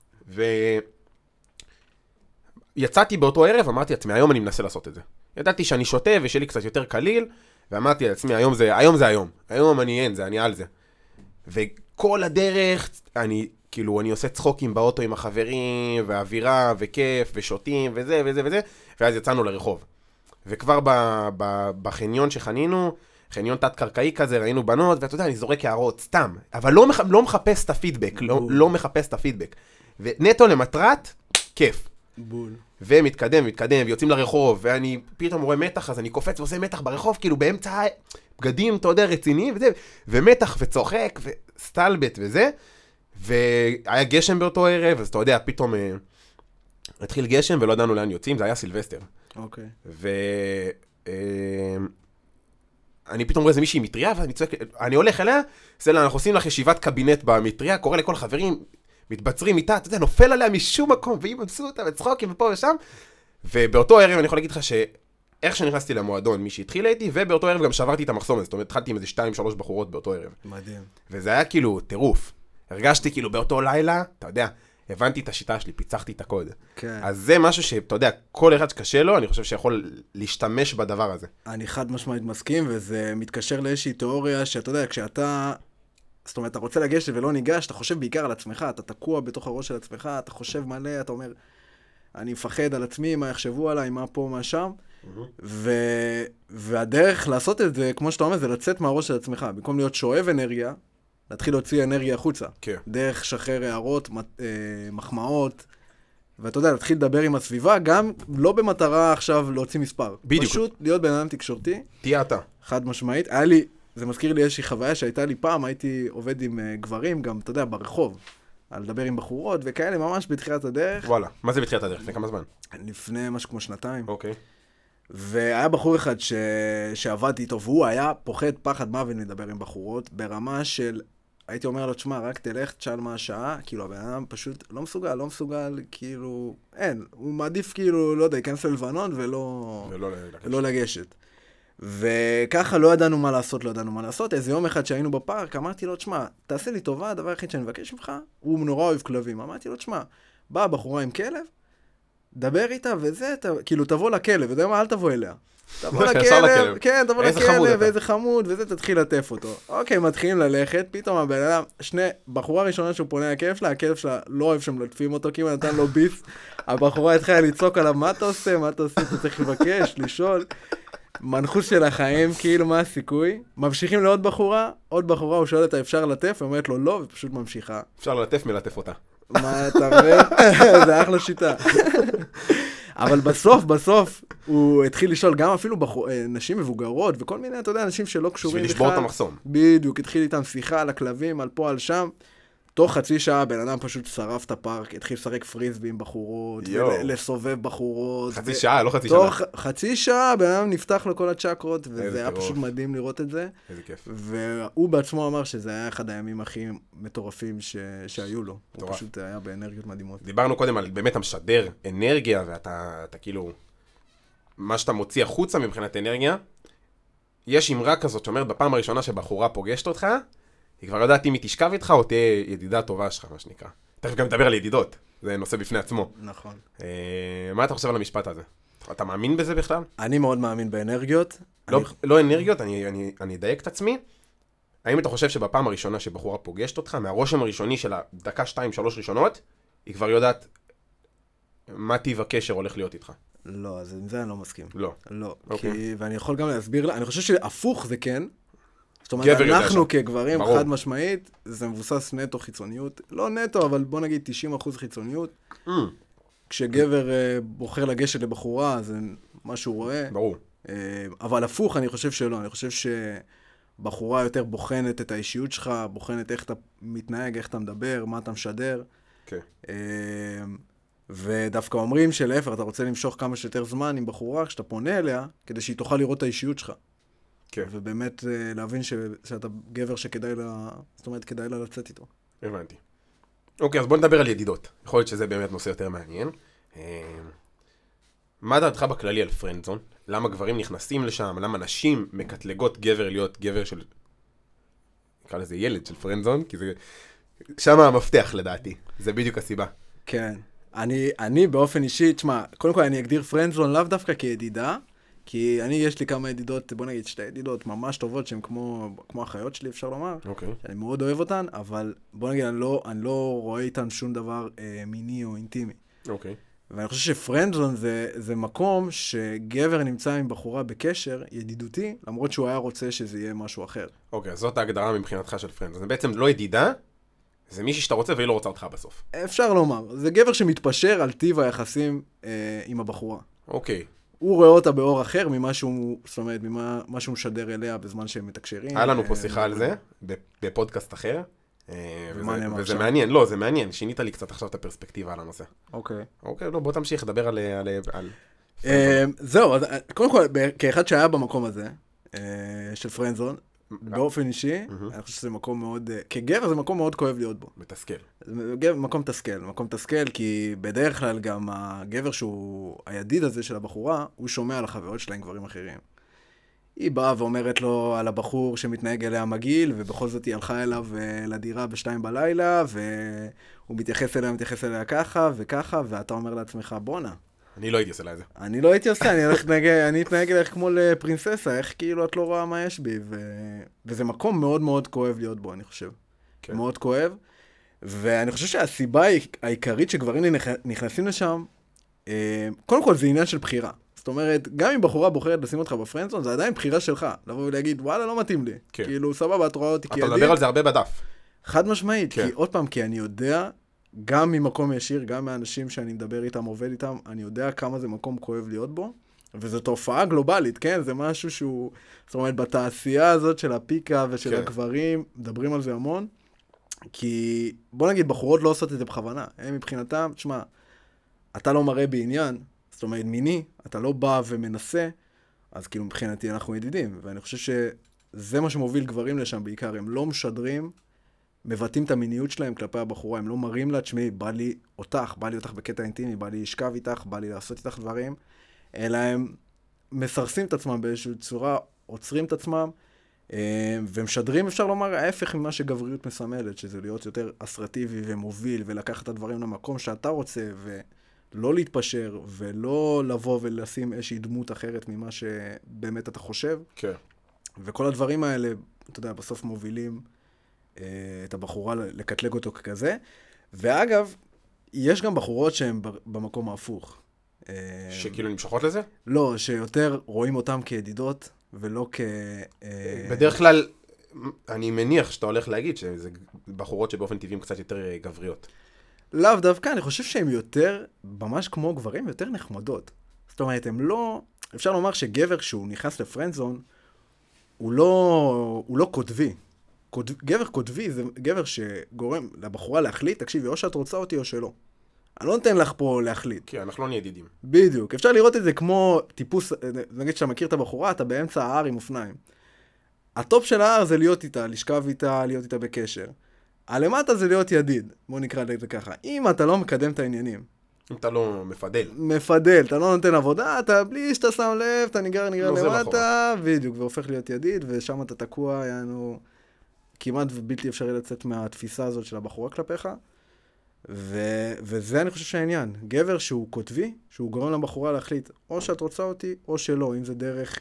ויצאתי באותו ערב, אמרתי לעצמי, היום אני מנסה לעשות את זה. ידעתי שאני שותה ושיהיה לי קצת יותר קליל, ואמרתי לעצמי, היום זה היום אני על זה. וכל הדרך, אני עושה צחוקים באוטו עם החברים, ואווירה, וכיף, ושותים, וזה, ואז יצאנו לרחוב. וכבר בחניון שחנינו, חניון תת-קרקעי כזה, ראינו בנות, ואתה יודע, אני זורק הערות, סתם. אבל לא מחפש את הפידבק, לא מחפש את הפידבק. ונטו למטרת, כיף. בול. ומתקדם, ויוצאים לרחוב, ואני פתאום רואה מתח, אז אני קופץ ועושה מתח ברחוב, כאילו באמצע בגדים, אתה יודע, רציני, וזה, ומתח וצוחק, וסטלבט וזה, והיה גשם באותו ערב, אז אתה יודע, פתאום התחיל גשם, ולא ידענו לאן יוצאים, זה היה סילבסטר. אוקיי. אני פתאום רואה איזה מישהי מטריה, ואני הולך אליה, אנחנו עושים לך ישיבת קבינט במטריה, קורא לכל חברים, מתבצרים איתה, אתה יודע, נופל עליה משום מקום, והיא מבסוטה וצחוקים ופה ושם, ובאותו ערב אני יכול להגיד לך שאיך שנכנסתי למועדון, מישהי התחילה איתי, ובאותו ערב גם שברתי את המחסום הזה, זאת אומרת, התחלתי עם איזה 2-3 בחורות באותו ערב. מדהים. וזה היה כאילו טירוף. הרגשתי כאילו באותו לילה, אתה יודע, הבנתי את השיטה שלי, פיצחתי את הקוד. כן. אז זה משהו שאתה יודע, כל אחד שקשה לו, אני חושב שיכול להשתמש בדבר הזה. אני חד משמעית מסכים, וזה מתקשר לאיזושהי תיאוריה שאתה יודע, כשאתה, זאת אומרת, אתה רוצה לגשת ולא ניגש, אתה חושב בעיקר על עצמך, אתה תקוע בתוך הראש של עצמך, אתה חושב מלא, אתה אומר, אני מפחד על עצמי, מה יחשבו עליי, מה פה, מה שם, והדרך לעשות את זה, כמו שאתה אומר, זה לצאת מהראש של עצמך, במקום להיות שואב אנרגיה, להתחיל להוציא אנרגיה החוצה. כן. דרך שחרר הערות, מחמאות, ואתה יודע, להתחיל לדבר עם הסביבה, גם לא במטרה עכשיו להוציא מספר. בדיוק. פשוט להיות בן אדם תקשורתי. תהיה אתה. חד משמעית. היה לי, זה מזכיר לי איזושהי חוויה שהייתה לי פעם, הייתי עובד עם גברים, גם, אתה יודע, ברחוב, על לדבר עם בחורות וכאלה, ממש בתחילת הדרך. וואלה. מה זה בתחילת הדרך? לפני כמה זמן? לפני משהו כמו 2 אוקיי. והיה בחור אחד שעבדתי איתו, והוא היה פוחד פחד מוות לדבר עם בחורות, ברמה של, הייתי אומר לו, תשמע, רק תלך, תשאל מה השעה, כאילו, הבן אדם פשוט לא מסוגל, כאילו, אין, הוא מעדיף כאילו, לא יודע, ייכנס ללבנון ולא לגשת. וככה לא ידענו מה לעשות, איזה יום אחד שהיינו בפארק, אמרתי לו, תשמע, תעשה לי טובה, הדבר היחיד שאני מבקש ממך, הוא נורא אוהב כלבים, אמרתי לו, תשמע, באה בחורה עם כלב, דבר איתה וזה, כאילו תבוא לכלב, יודע מה, אל תבוא אליה. תבוא לכלב, כן, תבוא לכלב, איזה חמוד, וזה תתחיל לטף אותו. אוקיי, מתחילים ללכת, פתאום הבן אדם, בחורה ראשונה שהוא פונה לכלב שלה, הכלב שלה לא אוהב שמלטפים אותו, כי הוא נתן לו ביס, הבחורה התחילה לצעוק עליו, מה אתה עושה, אתה צריך לבקש, לשאול. מנחוס של החיים, כאילו מה הסיכוי? ממשיכים לעוד בחורה, הוא שואל אותה, אפשר לטף? היא אומרת לו לא, ופשוט ממשיכה. אפשר לטף מלטף אותה. מה אתה מבין? זה אחלה שיטה. אבל בסוף, הוא התחיל לשאול גם אפילו נשים מבוגרות, וכל מיני, אתה יודע, אנשים שלא קשורים בשביל לשבור את המחסום. בדיוק, התחיל איתם שיחה על הכלבים, על פה, על שם. תוך חצי שעה בן אדם פשוט שרף את הפארק, התחיל לשחק פריסבי עם בחורות, ולסובב בחורות. חצי שעה, לא חצי שעה. תוך חצי שעה בן אדם נפתח לו כל הצ'קרות, וזה היה פשוט מדהים לראות את זה. איזה כיף. והוא בעצמו אמר שזה היה אחד הימים הכי מטורפים שהיו לו. הוא פשוט היה באנרגיות מדהימות. דיברנו קודם על באמת המשדר אנרגיה, ואתה כאילו, מה שאתה מוציא החוצה מבחינת אנרגיה, יש אמרה כזאת שאומרת בפעם הראשונה שבחורה פוגשת אותך, היא כבר יודעת אם היא תשכב איתך או תהיה ידידה טובה שלך, מה שנקרא. תכף גם נדבר על ידידות, זה נושא בפני עצמו. נכון. מה אתה חושב על המשפט הזה? אתה מאמין בזה בכלל? אני מאוד מאמין באנרגיות. לא אנרגיות, אני אדייק את עצמי. האם אתה חושב שבפעם הראשונה שבחורה פוגשת אותך, מהרושם הראשוני של הדקה, 2, 3 ראשונות, היא כבר יודעת מה טיב הקשר הולך להיות איתך? לא, אז עם זה אני לא מסכים. לא. לא. אוקיי. ואני יכול גם להסביר לה, אני חושב שהפוך זה כן. זאת אומרת, אנחנו כגברים חד משמעית, זה מבוסס נטו חיצוניות. לא נטו, אבל בוא נגיד 90% חיצוניות. כשגבר בוחר לגשת לבחורה, זה מה שהוא רואה. ברור. אבל הפוך, אני חושב שלא. אני חושב שבחורה יותר בוחנת את האישיות שלך, בוחנת איך אתה מתנהג, איך אתה מדבר, מה אתה משדר. כן. ודווקא אומרים שלהפך, אתה רוצה למשוך כמה שיותר זמן עם בחורה, כשאתה פונה אליה, כדי שהיא תוכל לראות את האישיות שלך. כן. ובאמת להבין שאתה גבר שכדאי לה, זאת אומרת, כדאי לה לצאת איתו. הבנתי. אוקיי, אז בוא נדבר על ידידות. יכול להיות שזה באמת נושא יותר מעניין. מה דעתך בכללי על פרנדזון? למה גברים נכנסים לשם? למה נשים מקטלגות גבר להיות גבר של... נקרא לזה ילד של פרנדזון? כי זה... שם המפתח לדעתי. זה בדיוק הסיבה. כן. אני באופן אישי, תשמע, קודם כל אני אגדיר פרנדזון לאו דווקא כידידה, כי יש לי כמה ידידות, בוא נגיד 2 ידידות ממש טובות, שהן כמו החיות שלי, אפשר לומר. אוקיי. אני מאוד אוהב אותן, אבל בוא נגיד, אני לא רואה איתן שום דבר מיני או אינטימי. אוקיי. ואני חושב שפרנדזון זה מקום שגבר נמצא עם בחורה בקשר ידידותי, למרות שהוא היה רוצה שזה יהיה משהו אחר. אוקיי, אז זאת ההגדרה מבחינתך של פרנדזון. זה בעצם לא ידידה, זה מישהי שאתה רוצה והיא לא רוצה אותך בסוף. אפשר לומר. זה גבר שמתפשר על טיב היחסים עם הבחורה. אוקיי. הוא רואה אותה באור אחר ממה שהוא, זאת אומרת, ממה שהוא משדר אליה בזמן שהם מתקשרים. היה לנו פה שיחה על זה, בפודקאסט אחר. וזה מעניין, לא, זה מעניין. שינית לי קצת עכשיו את הפרספקטיבה על הנושא. אוקיי. אוקיי, לא, בוא תמשיך, דבר על... זהו, קודם כל, כאחד שהיה במקום הזה, של פרנדזון, באופן אישי, אני חושב שזה מקום מאוד, כגבר זה מקום מאוד כואב להיות בו. מתסכל. מקום תסכל, כי בדרך כלל גם הגבר שהוא הידיד הזה של הבחורה, הוא שומע על החוויות שלה עם גברים אחרים. היא באה ואומרת לו על הבחור שמתנהג אליה מגעיל, ובכל זאת היא הלכה אליו לדירה ב2 בלילה, והוא מתייחס אליה ככה וככה, ואתה אומר לעצמך, בונה. אני לא הייתי עושה לה את זה. אני לא הייתי עושה, אני אתנהג אלייך כמו לפרינססה, איך כאילו את לא רואה מה יש בי, וזה מקום מאוד מאוד כואב להיות בו, אני חושב. כן. מאוד כואב, ואני חושב שהסיבה העיקרית שגברים נכנסים לשם, קודם כל זה עניין של בחירה. זאת אומרת, גם אם בחורה בוחרת לשים אותך בפרנדזון, זה עדיין בחירה שלך. לבוא ולהגיד, וואלה, לא מתאים לי. כן. כאילו, סבבה, את רואה אותי כידיד. אתה מדבר על זה הרבה בדף. חד משמעית, כן. כי עוד פעם, כי אני יודע, גם ממקום ישיר, גם מהאנשים שאני מדבר איתם, עובד איתם, אני יודע כמה זה מקום כואב להיות בו, וזו תופעה גלובלית, כן? זה משהו שהוא, זאת אומרת, בתעשייה הזאת של הפיקה ושל כן. הגברים, מדברים על זה המון, כי בוא נגיד, בחורות לא עושות את זה בכוונה. הם מבחינתם, תשמע, אתה לא מראה בעניין, זאת אומרת, מיני, אתה לא בא ומנסה, אז כאילו מבחינתי אנחנו ידידים, ואני חושב שזה מה שמוביל גברים לשם בעיקר, הם לא משדרים, מבטאים את המיניות שלהם כלפי הבחורה, הם לא מראים לה, תשמעי, בא לי אותך בקטע אינטימי, בא לי לשכב איתך, בא לי לעשות איתך דברים, אלא הם מסרסים את עצמם באיזושהי צורה, עוצרים את עצמם, ומשדרים, אפשר לומר, ההפך ממה שגבריות מסמלת, שזה להיות יותר אסרטיבי ומוביל, ולקחת את הדברים למקום שאתה רוצה, ולא להתפשר, ולא לבוא ולשים איזושהי דמות אחרת ממה שבאמת אתה חושב. כן. וכל הדברים האלה, אתה יודע, בסוף מובילים את הבחורה לקטלג אותו ככזה. ואגב, יש גם בחורות שהן במקום ההפוך. שכאילו נמשכות לזה? לא, שיותר רואים אותם כידידות, ולא בדרך כלל, אני מניח שאתה הולך להגיד שזה בחורות שבאופן טבעי קצת יותר גבריות. לאו דווקא, אני חושב שהן יותר, ממש כמו גברים, יותר נחמדות. זאת אומרת, הם לא... אפשר לומר שגבר, כשהוא נכנס לפרנדזון, הוא לא קודבי. גבר קוטבי זה גבר שגורם לבחורה להחליט, תקשיבי, או שאת רוצה אותי או שלא. אני לא נותן לך פה להחליט. כן, אנחנו לא נהיה ידידים. בדיוק. אפשר לראות את זה כמו טיפוס, נגיד שאתה מכיר את הבחורה, אתה באמצע ההר עם אופניים. הטופ של ההר זה להיות איתה, לשכב איתה, להיות איתה בקשר. הלמטה זה להיות ידיד. בוא נקרא לזה ככה. אם אתה לא מקדם את העניינים. אם אתה לא מפדל. מפדל, אתה לא נותן עבודה, אתה בלי שאתה שם לב, אתה נגרר למטה, בדיוק, והופך להיות ידיד, ושם אתה תקוע, יענו, כמעט בלתי אפשרי לצאת מהתפיסה הזאת של הבחורה כלפיך. וזה אני חושב שהעניין. גבר שהוא כותבי, שהוא גורם לבחורה להחליט, או שאת רוצה אותי, או שלא, אם זה דרך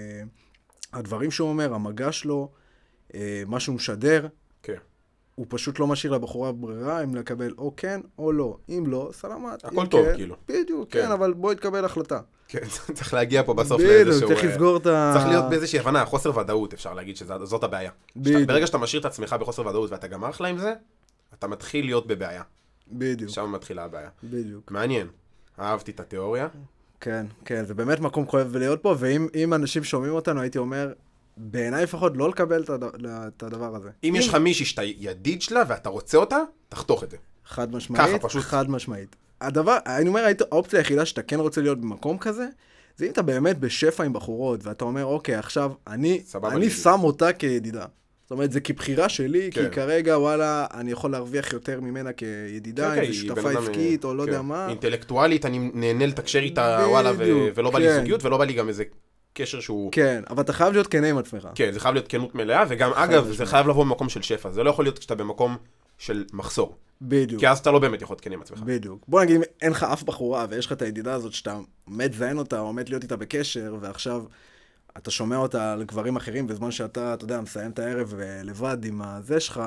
הדברים שהוא אומר, המגע שלו, מה שהוא משדר, כן. הוא פשוט לא משאיר לבחורה ברירה אם לקבל או כן או לא. אם לא, סלמת. הכל טוב, כן, כאילו. בדיוק, כן, אבל בואי תקבל החלטה. כן, צריך להגיע פה בסוף לאיזשהו... בדיוק, צריך לסגור את ה... צריך להיות באיזושהי הבנה, חוסר ודאות, אפשר להגיד שזאת הבעיה. ברגע שאתה משאיר את עצמך בחוסר ודאות ואתה גם אחלה עם זה, אתה מתחיל להיות בבעיה. בדיוק. שם מתחילה הבעיה. בדיוק. מעניין. אהבתי את התיאוריה. כן, כן, זה באמת מקום כואב להיות פה, ואם אנשים שומעים אותנו, הייתי אומר, בעיניי לפחות לא לקבל את הדבר הזה. אם יש לך מישהי שאתה ידיד שלה ואתה רוצה אותה, תחתוך את זה. חד משמעית, ככה, פשוט. חד משמעית. הדבר, אני אומר, האופציה היחידה שאתה כן רוצה להיות במקום כזה, זה אם אתה באמת בשפע עם בחורות, ואתה אומר, אוקיי, עכשיו, אני שם אותה כידידה. זאת אומרת, זה כבחירה שלי, כי כרגע, וואלה, אני יכול להרוויח יותר ממנה כידידה, אם זה שותפה עסקית, או לא יודע מה. אינטלקטואלית, אני נהנה לתקשר איתה, וואלה, ולא בא לי זוגיות, ולא בא לי גם איזה קשר שהוא... כן, אבל אתה חייב להיות כנה עם עצמך. כן, זה חייב להיות כנות מלאה, וגם, אגב, זה חייב לבוא במקום של שפע. זה לא יכול להיות כשאתה במקום של מחסור. בדיוק. כי אז אתה לא באמת יכול להיות כנה עם עצמך. בדיוק. בוא נגיד, אם אין לך אף בחורה, ויש לך את הידידה הזאת שאתה מת זיין אותה, או מת להיות איתה בקשר, ועכשיו אתה שומע אותה על גברים אחרים, בזמן שאתה, אתה יודע, מסיים את הערב לבד עם הזה שלך,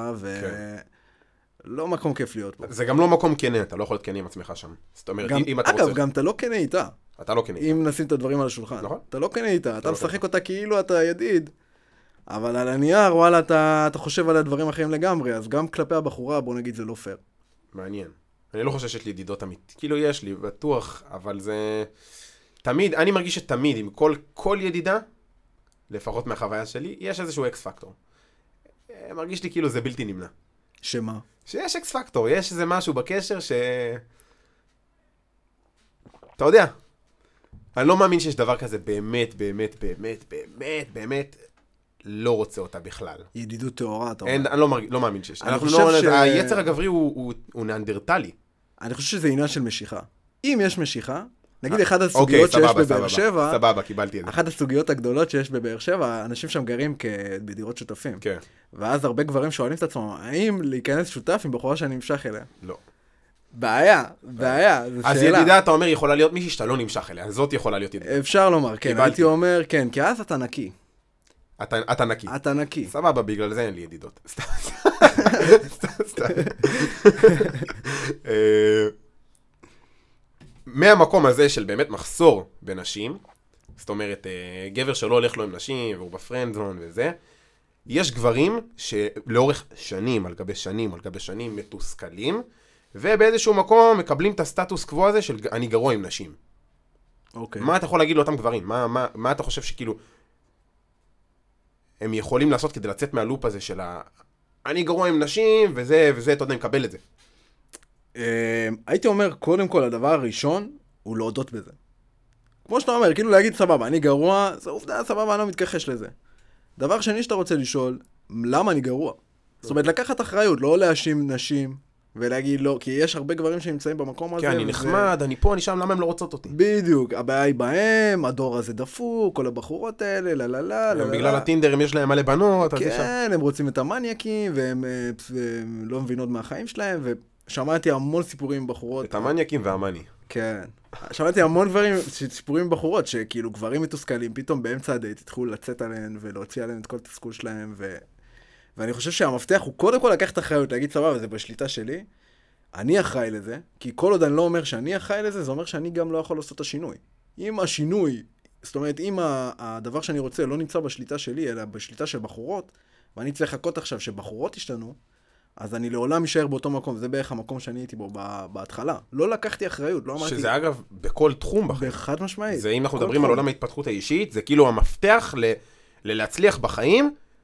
ולא מקום כיף להיות פה. זה גם לא מקום כנה, אתה לא יכול להיות כנה עם עצמך שם. זאת אומרת, אם אתה רוצה... אגב, גם אתה לא כנה איתה. אתה לא כנה איתה. אם נשים את הדברים על השולחן. נכון. אתה לא כנה איתה, אתה משחק אותה כאילו אתה ידיד, אבל על הנייר, וואלה, אתה חושב על הדברים אחרים לגמרי, אז גם כלפי הבחורה, בוא נגיד, זה לא פייר. מעניין. אני לא חושב שיש לי ידידות אמיתית. כאילו יש לי, בטוח, אבל זה... תמיד, אני מרגיש שתמיד, עם כל ידידה, לפחות מהחוויה שלי, יש איזשהו אקס פקטור. מרגיש לי כאילו זה בלתי נמנע. שמה? שיש אקס פקטור, יש איזה משהו בקשר ש... אתה יודע, אני לא מאמין שיש דבר כזה באמת, באמת, באמת, באמת, באמת, לא רוצה אותה בכלל. ידידות תאורה, אתה אומר. אני לא מאמין שיש. היצר הגברי הוא נאנדרטלי. אני חושב שזה עניין של משיכה. אם יש משיכה, נגיד אחד הסוגיות שיש בבאר שבע, סבבה, קיבלתי את זה. אחת הסוגיות הגדולות שיש בבאר שבע, אנשים שם גרים בדירות שותפים. כן. ואז הרבה גברים שואלים את עצמם, האם להיכנס שותף עם בחורה שאני נמשך אליה? לא. בעיה. אז ידידה, אתה אומר, יכולה להיות מישהי שאתה לא נמשך אליה, זאת יכולה להיות ידידה. אפשר לומר, כן. הייתי אומר, כן, כי אז אתה נקי. אתה נקי. אתה נקי. סבבה, בגלל זה אין לי ידידות. סתם. מהמקום הזה של באמת מחסור בנשים, זאת אומרת, גבר שלא הולך לו עם נשים, והוא בפרנדזון וזה, יש גברים שלאורך שנים, על גבי שנים, על גבי שנים, מתוסכלים, ובאיזשהו מקום מקבלים את הסטטוס קוו הזה של אני גרוע עם נשים. אוקיי. מה אתה יכול להגיד לאותם גברים? מה אתה חושב שכאילו הם יכולים לעשות כדי לצאת מהלופ הזה של אני גרוע עם נשים, וזה, אתה יודע, מקבל את זה. הייתי אומר, קודם כל, הדבר הראשון הוא להודות בזה. כמו שאתה אומר, כאילו להגיד, סבבה, אני גרוע, זה עובדה, סבבה, אני לא מתכחש לזה. דבר שני שאתה רוצה לשאול, למה אני גרוע? זאת אומרת, לקחת אחריות, לא להאשים נשים, ולהגיד לא, כי יש הרבה גברים שנמצאים במקום הזה. כן, אני נחמד, אני פה, אני שם, למה הם לא רוצות אותי? בדיוק, הבעיה היא בהם, הדור הזה דפוק, כל הבחורות האלה, לא. בגלל הטינדר הם יש להם מלא בנות, כן, הם רוצים את המניאקים, והם לא מבינות מהחיים שלהם, ושמעתי המון סיפורים עם בחורות. את המניאקים והמני. כן. שמעתי המון סיפורים עם בחורות, שכאילו גברים מתוסכלים, פתאום באמצע הדייט התחילו לצאת עליהן, ולהוציא עליהן את כל התסכול שלהם, ואני חושב שהמפתח הוא קודם כל לקח את האחריות, להגיד סבבה, זה בשליטה שלי, אני אחראי לזה, כי כל עוד אני לא אומר שאני אחראי לזה, זה אומר שאני גם לא יכול לעשות את השינוי. אם השינוי, זאת אומרת, אם הדבר שאני רוצה לא נמצא בשליטה שלי, אלא בשליטה של בחורות, ואני צריך לחכות עכשיו שבחורות ישתנו, אז אני לעולם אשאר באותו מקום, זה בערך המקום שאני הייתי בו בהתחלה. לא לקחתי אחריות, לא אמרתי... שזה אגב, בכל תחום בחיים. בחד משמעית. זה אם אנחנו מדברים על עולם ההתפתחות האישית, זה כאילו המפתח להצליח בחיים,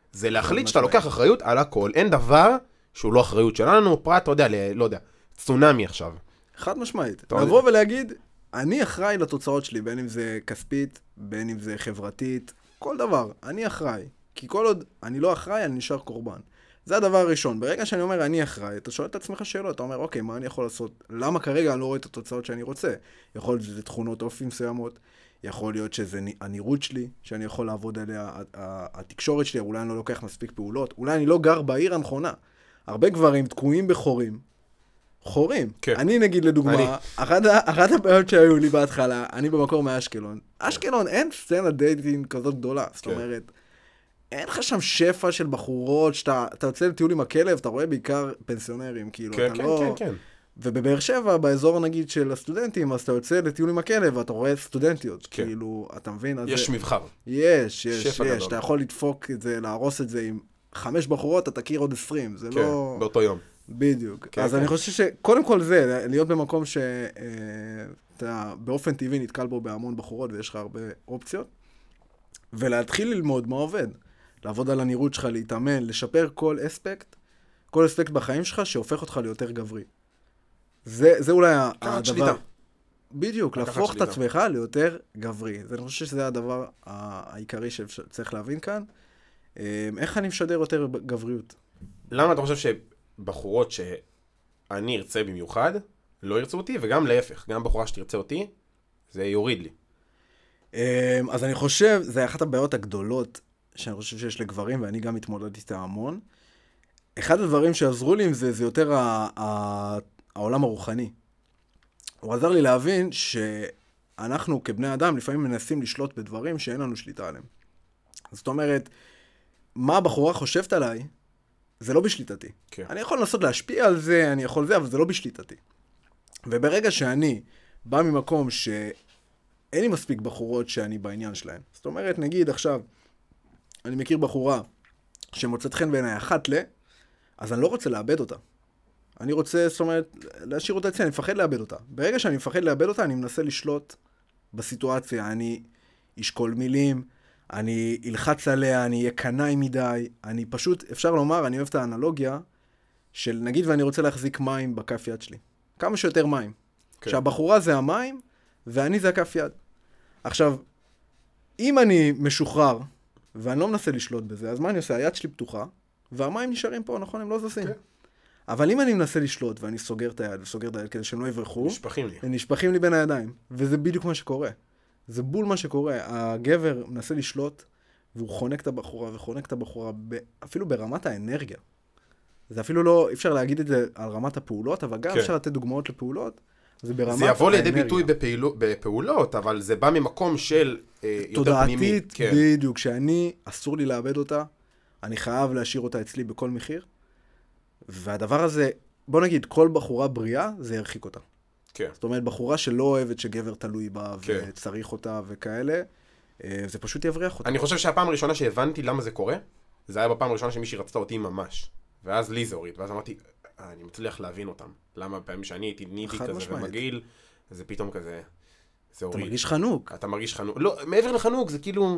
זה להחליט שאתה לוקח אחריות על הכל, אין דבר שהוא לא אחריות שלנו, פרט, אתה יודע, לא יודע, צונמי עכשיו. חד משמעית. לבוא ולהגיד, אני אחראי לתוצאות שלי, בין אם זה כספית, בין אם זה חברתית, כל דבר, אני אחראי. כי כל עוד אני לא אחראי, אני נשאר קורבן. זה הדבר הראשון. ברגע שאני אומר, אני אחראי, אתה שואל את עצמך שאלות, אתה אומר, אוקיי, מה אני יכול לעשות? למה כרגע אני לא רואה את התוצאות שאני רוצה? יכול להיות שזה תכונות אופי מסוימות, יכול להיות שזה הנראות שלי, שאני יכול לעבוד עליה, התקשורת שלי, אולי אני לא לוקח מספיק פעולות, אולי אני לא גר בעיר הנכונה. הרבה גברים תקועים בחורים. חורים. כן. אני נגיד לדוגמה, אחת הבעיות שהיו לי בהתחלה, אני במקור מאשקלון. אשקלון אין סצנה דייטינג כזאת גדולה. זאת אומרת, אין לך שם שפע של בחורות, שאתה יוצא לטיול עם הכלב, אתה רואה בעיקר פנסיונרים, כאילו, כן, אתה כן, לא... כן, כן. ובבאר שבע, באזור נגיד של הסטודנטים, אז אתה יוצא לטיול עם הכלב, ואתה רואה סטודנטיות, כן. כאילו, אתה מבין? יש מבחר. יש. גדול. אתה יכול לדפוק את זה, להרוס את זה עם 5 בחורות, אתה תכיר עוד 20, זה כן, לא... באותו יום. בדיוק. כן, אז כן. אני חושב שקודם כל זה, להיות במקום שאתה באופן טבעי נתקל בו בהמון בחורות, ויש לך הרבה אופציות, ולהתחיל ללמוד מה עובד. לעבוד על הנראות שלך, להתאמן, לשפר כל אספקט בחיים שלך שהופך אותך ליותר גברי. זה אולי הדבר... שליטה. בדיוק, להפוך את שליטה. עצמך ליותר גברי. אני חושב שזה הדבר העיקרי שצריך להבין כאן. איך אני משדר יותר גבריות? למה אתה חושב שבחורות שאני ארצה במיוחד, לא ירצו אותי, וגם להפך, גם בחורה שתרצה אותי, זה יוריד לי. אז אני חושב, זה אחת הבעיות הגדולות שאני חושב שיש לגברים, ואני גם מתמודד איתה המון. אחד הדברים שעזרו לי עם זה יותר העולם הרוחני. הוא עזר לי להבין שאנחנו כבני אדם לפעמים מנסים לשלוט בדברים שאין לנו שליטה עליהם. זאת אומרת, מה הבחורה חושבת עליי, זה לא בשליטתי. כן. אני יכול לנסות להשפיע על זה, אני יכול זה, אבל זה לא בשליטתי. וברגע שאני בא ממקום שאין לי מספיק בחורות שאני בעניין שלהן. זאת אומרת, נגיד עכשיו, אני מכיר בחורה שמוצאת חן בעיניי אחת אז אני לא רוצה לאבד אותה. אני רוצה, זאת אומרת, להשאיר אותה אצלי, אני מפחד לאבד אותה. ברגע שאני מפחד לאבד אותה, אני מנסה לשלוט בסיטואציה. אני אשקול מילים, אני אלחץ עליה, אני אהיה קנאי מדי. אני פשוט, אפשר לומר, אני אוהב את האנלוגיה של, נגיד ואני רוצה להחזיק מים בכף יד שלי. כמה שיותר מים. כן. שהבחורה זה המים, ואני זה הכף יד. עכשיו, אם אני משוחרר, ואני לא מנסה לשלוט בזה, אז מה אני עושה? היד שלי פתוחה, והמים נשארים פה, נכון? הם לא זזים. כן. אבל אם אני מנסה לשלוט, ואני סוגר את היד וסוגר את היד כדי שהם לא יברחו, נשפכים לי. הם נשפכים לי בין הידיים. וזה בדיוק מה שקורה. זה בול מה שקורה. הגבר מנסה לשלוט, והוא חונק את הבחורה, וחונק את הבחורה, אפילו ברמת האנרגיה. זה אפילו לא, אפשר להגיד את זה על רמת הפעולות, אבל גם אפשר לתת דוגמאות לפעולות. זה ברמת האנרגיה. זה יבוא לידי ביטוי בפעולות, אבל זה בא ממקום של יותר פנימי. תודעתית, בדיוק, שאני, אסור לי לאבד אותה, אני חייב להשאיר אותה אצלי בכל מחיר, והדבר הזה, בוא נגיד, כל בחורה בריאה, זה ירחיק אותה. כן. זאת אומרת, בחורה שלא אוהבת שגבר תלוי בה, וצריך אותה וכאלה, זה פשוט יבריח אותה. אני חושב שהפעם הראשונה שהבנתי למה זה קורה, זה היה בפעם הראשונה שמישהי רצתה אותי ממש. ואז לי זה הוריד, ואז אמרתי, אני מצליח להבין אותם. למה פעמים שאני הייתי נידי כזה ומגעיל, זה פתאום כזה, זה הוריד. אתה מרגיש חנוק. אתה מרגיש חנוק. לא, מעבר לחנוק, זה כאילו,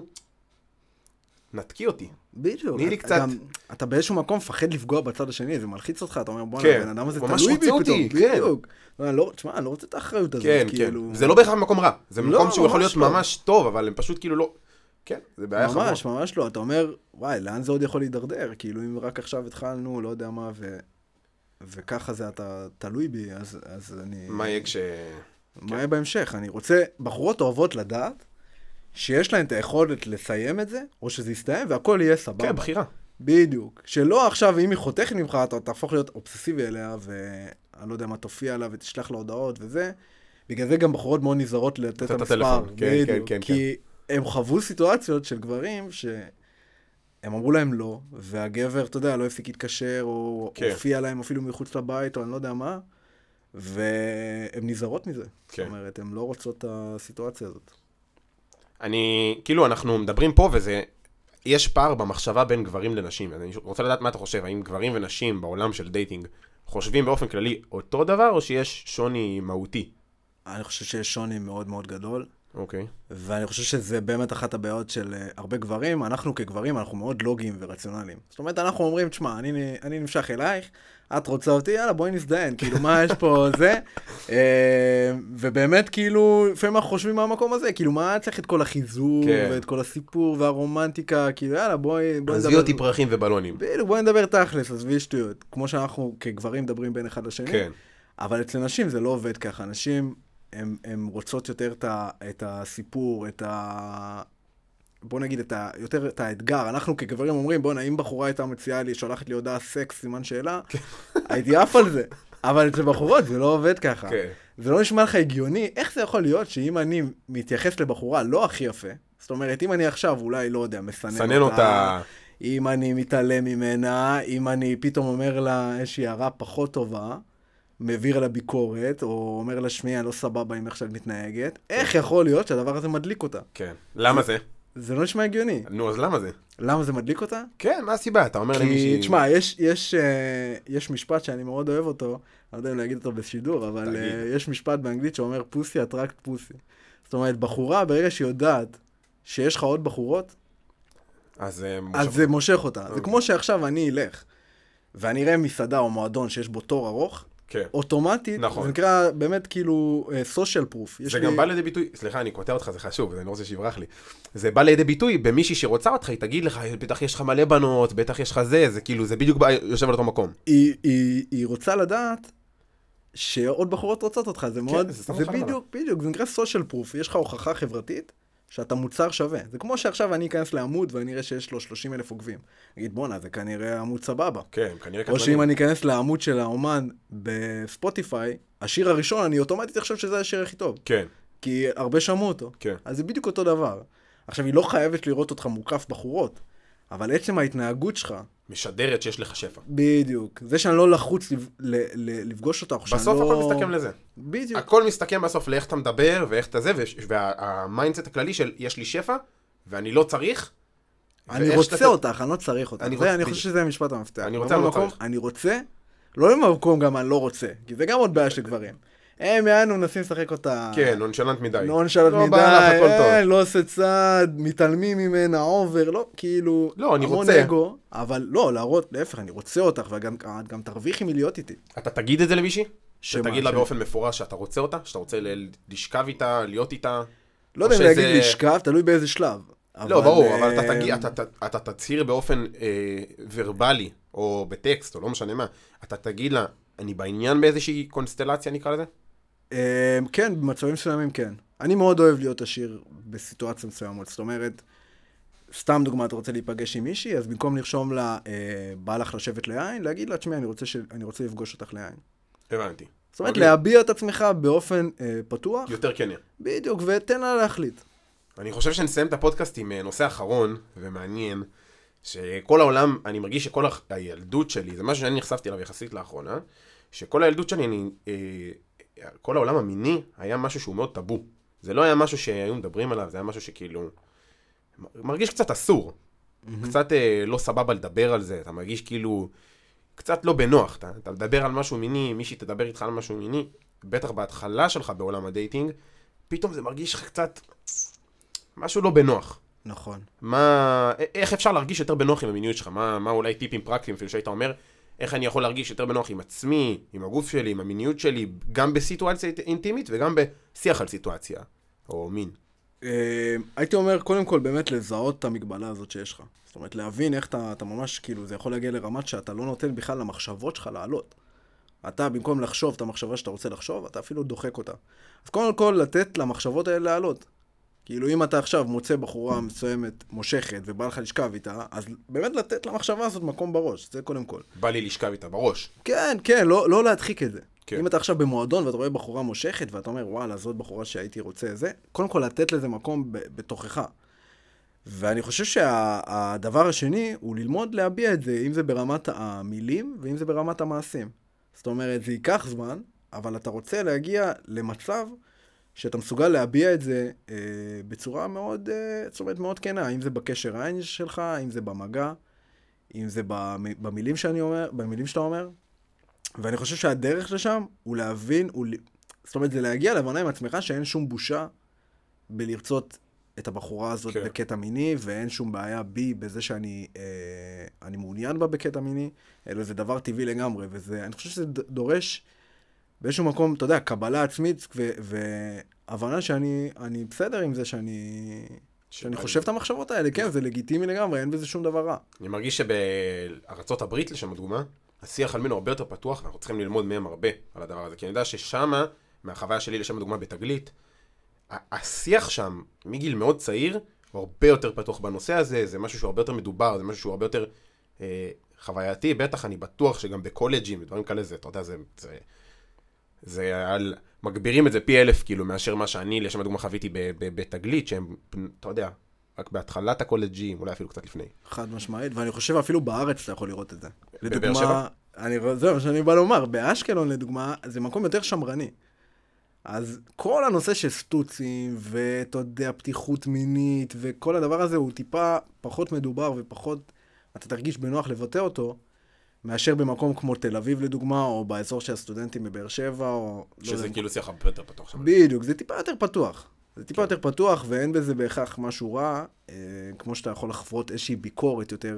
נתקי אותי. בדיוק. תני לי קצת. אתה באיזשהו מקום מפחד לפגוע בצד השני, זה מלחיץ אותך, אתה אומר, בוא'נה, כן, הבן אדם הזה ממש תלוי בי רוצה פתאום. אותי, כן. בדיוק. תשמע, אני לא רוצה את האחריות הזאת, כן, כאילו. כן. זה לא בהכרח מקום רע. זה לא, מקום שהוא יכול להיות ממש לא. ממש טוב, אבל הם פשוט כאילו לא. כן, זה בעיה חמורה. ממש, ממש לא. אתה אומר, וואי, לאן זה עוד יכול להידרדר? כאילו, אם רק עכשיו התחלנו, לא יודע מה, וככה זה אתה תלוי בי, אז אני... מה יהיה מה יהיה בהמשך? אני רוצה, בחורות אוהבות לדעת שיש להן את היכולת לסיים את זה, או שזה יסתיים, והכל יהיה סבבה. כן, בחירה. בדיוק. שלא עכשיו, אם היא חותכת ממך, אתה תהפוך להיות אובססיבי אליה, ואני לא יודע מה, תופיע לה ותשלח לה הודעות וזה. בגלל זה גם בחורות מאוד נזהרות לתת את המספר. כן, כן, כן. כי הם חוו סיטואציות של גברים שהם אמרו להם לא, והגבר, אתה יודע, לא הפסיק להתקשר, או הופיע להם אפילו מחוץ לבית, או אני לא יודע מה, והן נזהרות מזה. זאת אומרת, הן לא רוצות את הסיטואציה הזאת. כאילו, אנחנו מדברים פה, יש פער במחשבה בין גברים לנשים. אני רוצה לדעת מה אתה חושב, האם גברים ונשים בעולם של דייטינג חושבים באופן כללי אותו דבר, או שיש שוני מהותי? אני חושב שיש שוני מאוד מאוד גדול. אוקיי. ואני חושב שזה באמת אחת הבעיות של הרבה גברים. אנחנו כגברים, אנחנו מאוד לוגיים ורציונליים. זאת אומרת, אנחנו אומרים, תשמע, אני נמשך אלייך, את רוצה אותי, יאללה, בואי נזדיין, כאילו, מה יש פה זה? ובאמת, כאילו, לפעמים אנחנו חושבים מהמקום הזה, כאילו, מה צריך את כל החיזור, ואת כל הסיפור והרומנטיקה, כאילו, יאללה, בואי נדבר... עזבי אותי פרחים ובלונים. בדיוק, בואי נדבר תכלס, עזבי שטויות. כמו שאנחנו כגברים מדברים בין אחד לשני. כן. אבל אצל נשים זה לא עובד ככה. נשים, הן רוצות יותר את הסיפור, בוא נגיד, יותר את האתגר. אנחנו כגברים אומרים, בוא, אם בחורה הייתה מציעה לי, שולחת לי הודעה סקס, סימן שאלה, הייתי אף על זה. אבל אצל בחורות זה לא עובד ככה. זה לא נשמע לך הגיוני. איך זה יכול להיות שאם אני מתייחס לבחורה לא הכי יפה, זאת אומרת, אם אני עכשיו אולי, לא יודע, מסנן אותה, אם אני מתעלם ממנה, אם אני פתאום אומר לה איזושהי הערה פחות טובה, מעביר לה ביקורת, או אומר לה, שמי, לא סבבה עם איך שאת מתנהגת, איך יכול להיות שהדבר הזה מדליק אותה? כן. למה זה? זה לא נשמע הגיוני. נו, אז למה זה? למה זה מדליק אותה? כן, מה הסיבה? אתה אומר למישהי... כי, תשמע, יש משפט שאני מאוד אוהב אותו, אני לא יודע אם להגיד אותו בשידור, אבל יש משפט באנגלית שאומר, פוסי אטרקט פוסי. זאת אומרת, בחורה, ברגע שהיא יודעת שיש לך עוד בחורות, אז זה מושך אותה. זה כמו שעכשיו אני אלך, ואני אראה מסעדה או מועדון שיש בו תור ארוך, אוטומטית, זה נקרא באמת כאילו social proof. זה גם בא לידי ביטוי, סליחה, אני קוטע אותך, זה חשוב, אני לא רוצה שיברח לי. זה בא לידי ביטוי במישהי שרוצה אותך, היא תגיד לך, בטח יש לך מלא בנות, בטח יש לך זה כאילו, זה בדיוק יושב על אותו מקום. היא רוצה לדעת שעוד בחורות רוצות אותך, זה מאוד, זה בדיוק, זה נקרא social proof, יש לך הוכחה חברתית, שאתה מוצר שווה. זה כמו שעכשיו אני אכנס לעמוד ואני אראה שיש לו 30,000 עוקבים. אגיד, בונה, זה כנראה עמוד סבבה. כן, כנראה או שאם אני אכנס לעמוד של האומן בספוטיפיי, השיר הראשון, אני אוטומטית חושב שזה השיר הכי טוב. כן. כי הרבה שמעו אותו. כן. אז זה בדיוק אותו דבר. עכשיו, היא לא חייבת לראות אותך מוקף בחורות, אבל עצם ההתנהגות שלך... משדרת שיש לך שפע. בדיוק. זה שאני לא לחוץ לפגוש אותך. בסוף הכל מסתכם לזה. בדיוק. הכל מסתכם בסוף לאיך אתה מדבר ואיך אתה זה, והמיינדסט הכללי של יש לי שפע ואני לא צריך. אני רוצה אותך, אני לא צריך אותך. אני חושב שזה המשפט המפתח. אני רוצה, לא צריך. אני רוצה, לא למקום גם אני לא רוצה, כי זה גם עוד בעיה של גברים. הם יענו, נסים לשחק אותה... כן, נונשלנט מדי. נונשלנט מדי, לא עושה צעד, מתעלמים ממנה, עובר, לא, כאילו... לא, אני רוצה. אגו, אבל לא, להראות, להפך, אני רוצה אותך, וגם תרוויחי מלהיות איתי. אתה תגיד את זה למישהי? שתגיד לה באופן מפורש שאתה רוצה אותה? שאתה רוצה לשכב איתה, להיות איתה? לא יודע אם להגיד לשכב, תלוי באיזה שלב. לא, ברור, אבל אתה תצהיר באופן ורבלי, או בטקסט, או לא משנה מה. אתה תגיד לה, אני בעניין באיזושהי קונסטלציה, נקרא לזה? כן, במצבים מסוימים כן. אני מאוד אוהב להיות עשיר בסיטואציה מסוימות. זאת אומרת, סתם דוגמה, אתה רוצה להיפגש עם מישהי, אז במקום לרשום לה, בא לך לשבת ליין, להגיד לה, תשמעי, אני רוצה לפגוש אותך ליין. הבנתי. זאת אומרת, להביע את עצמך באופן פתוח. יותר כן. בדיוק, ותן לה להחליט. אני חושב שנסיים את הפודקאסט עם נושא אחרון ומעניין, שכל העולם, אני מרגיש שכל הילדות שלי, זה משהו שאני נחשפתי אליו יחסית לאחרונה, שכל הילדות שלי, כל העולם המיני היה משהו שהוא מאוד טאבו. זה לא היה משהו שהיו מדברים עליו, זה היה משהו שכאילו, מרגיש קצת אסור. קצת לא סבבה לדבר על זה, אתה מרגיש כאילו, קצת לא בנוח. אתה מדבר על משהו מיני, מישהי תדבר איתך על משהו מיני, בטח בהתחלה שלך בעולם הדייטינג, פתאום זה מרגיש לך קצת משהו לא בנוח. נכון. איך אפשר להרגיש יותר בנוח עם המיניות שלך? מה אולי טיפים פרקטיים אפילו שהיית אומר, איך אני יכול להרגיש יותר בנוח עם עצמי, עם הגוף שלי, עם המיניות שלי, גם בסיטואציה אינטימית וגם בשיח על סיטואציה, או מין? הייתי אומר, קודם כל באמת לזהות את המגבלה הזאת שיש לך. זאת אומרת, להבין איך אתה ממש, כאילו, זה יכול להגיע לרמת שאתה לא נותן בכלל למחשבות שלך לעלות. אתה, במקום לחשוב את המחשבה שאתה רוצה לחשוב, אתה אפילו דוחק אותה. אז קודם כל, לתת למחשבות האלה לעלות. כאילו, אם אתה עכשיו מוצא בחורה מסוימת מושכת ובא לך לשכב איתה, אז באמת לתת למחשבה הזאת מקום בראש, זה קודם כל. בא לי לשכב איתה בראש. כן, כן, לא להדחיק את זה. כן. אם אתה עכשיו במועדון ואתה רואה בחורה מושכת ואתה אומר, וואלה, זאת בחורה שהייתי רוצה זה, קודם כל לתת לזה מקום בתוכך. ואני חושב שהדבר השני הוא ללמוד להביע את זה, אם זה ברמת המילים ואם זה ברמת המעשים. זאת אומרת, זה ייקח זמן, אבל אתה רוצה להגיע למצב שאתה מסוגל להביע את זה בצורה מאוד, זאת אומרת, מאוד כנה, אם זה בקשר העין שלך, אם זה במגע, אם זה במילים שאני אומר, במילים שאתה אומר. ואני חושב שהדרך לשם הוא להבין, זאת אומרת, זה להגיע להבנה עם עצמך שאין שום בושה בלרצות את הבחורה הזאת בקטע מיני, ואין שום בעיה בי בזה שאני מעוניין בה בקטע מיני, אלא זה דבר טבעי לגמרי, אני חושב שזה דורש באיזשהו מקום, אתה יודע, קבלה עצמית, והבנה שאני בסדר עם זה שאני חושב את המחשבות האלה, כן, זה לגיטימי לגמרי, אין בזה שום דבר רע. אני מרגיש שבארצות הברית, לשם הדוגמה, השיח על מין הרבה יותר פתוח, ואנחנו צריכים ללמוד מהם הרבה על הדבר הזה, כי אני יודע ששמה, מהחוויה שלי לשם הדוגמה בתגלית, השיח שם, מגיל מאוד צעיר, הוא הרבה יותר פתוח בנושא הזה, זה משהו שהוא הרבה יותר מדובר, זה משהו שהוא הרבה יותר חווייתי, בטח אני בטוח שגם בקולג'ים ודברים כאלה, זה, אתה יודע, זה על, מגבירים את זה פי 1000, כאילו, מאשר מה שאני, לשם הדוגמה, חוויתי בתגלית, שהם, אתה יודע, רק בהתחלת הקולג'ים, אולי אפילו קצת לפני. חד משמעית, ואני חושב אפילו בארץ אתה יכול לראות את זה. בבאר שבע? זה מה שאני בא לומר, באשקלון לדוגמה, זה מקום יותר שמרני. אז כל הנושא של סטוצים, ואתה יודע, פתיחות מינית, וכל הדבר הזה הוא טיפה פחות מדובר, ופחות, אתה תרגיש בנוח לבטא אותו, מאשר במקום כמו תל אביב לדוגמה, או באזור של הסטודנטים בבאר שבע, או... שזה כאילו שיח הרבה יותר פתוח שם. בדיוק, זה טיפה יותר פתוח. זה טיפה יותר פתוח, ואין בזה בהכרח משהו רע, כמו שאתה יכול לחוות איזושהי ביקורת יותר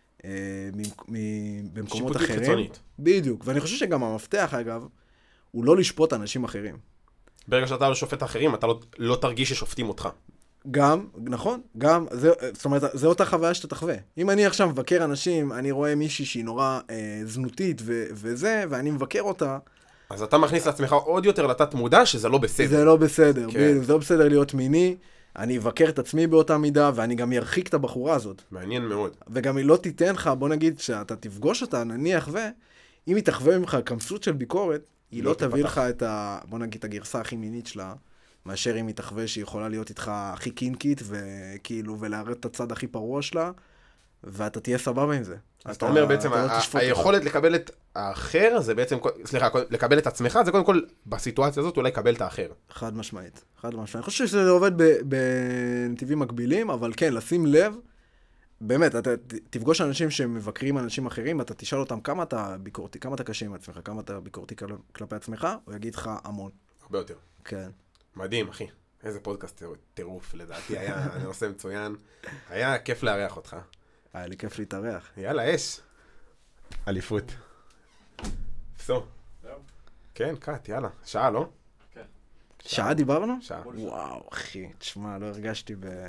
במקומות אחרים. שיפוטית חיצונית. בדיוק, ואני חושב שגם המפתח, אגב, הוא לא לשפוט אנשים אחרים. ברגע שאתה לא שופט אחרים, אתה לא תרגיש ששופטים אותך. גם, נכון, גם, זאת אומרת, זה אותה חוויה שאתה תחווה. אם אני עכשיו מבקר אנשים, אני רואה מישהי שהיא נורא זנותית וזה, ואני מבקר אותה. אז אתה מכניס לעצמך עוד יותר לתת מודע שזה לא בסדר. זה לא בסדר, כן. זה לא בסדר להיות מיני, אני אבקר את עצמי באותה מידה, ואני גם ירחיק את הבחורה הזאת. מעניין מאוד. וגם היא לא תיתן לך, בוא נגיד שאתה תפגוש אותה, נניח, אם היא תחווה ממך כמסות של ביקורת, היא לא תביא לך את בוא נגיד, את הגרסה הכי מינית שלה, מאשר אם היא תחווה שהיא יכולה להיות איתך הכי קינקית, וכאילו, ולהראות את הצד הכי פרוע שלה, ואתה תהיה סבבה עם זה. אז אתה אומר בעצם, היכולת לקבל את האחר, זה בעצם, סליחה, לקבל את עצמך, זה קודם כל, בסיטואציה הזאת, אולי לקבל את האחר. חד משמעית, חד משמעית. אני חושב שזה עובד בנתיבים מקבילים, אבל כן, לשים לב, באמת, אתה תפגוש אנשים שמבקרים אנשים אחרים, אתה תשאל אותם כמה אתה ביקורתי, כמה אתה קשה עם עצמך, כמה אתה ביקורתי כלפי עצמך, הוא יגיד לך המון. הרבה יותר. כן. מדהים, אחי. איזה פודקאסט טירוף, לדעתי, היה נושא מצוין. היה כיף לארח אותך. היה לי כיף להתארח. יאללה, אש. אליפות. פסו. כן, קאט, יאללה. שעה, לא? כן. שעה דיברנו? שעה. וואו, אחי, תשמע, לא הרגשתי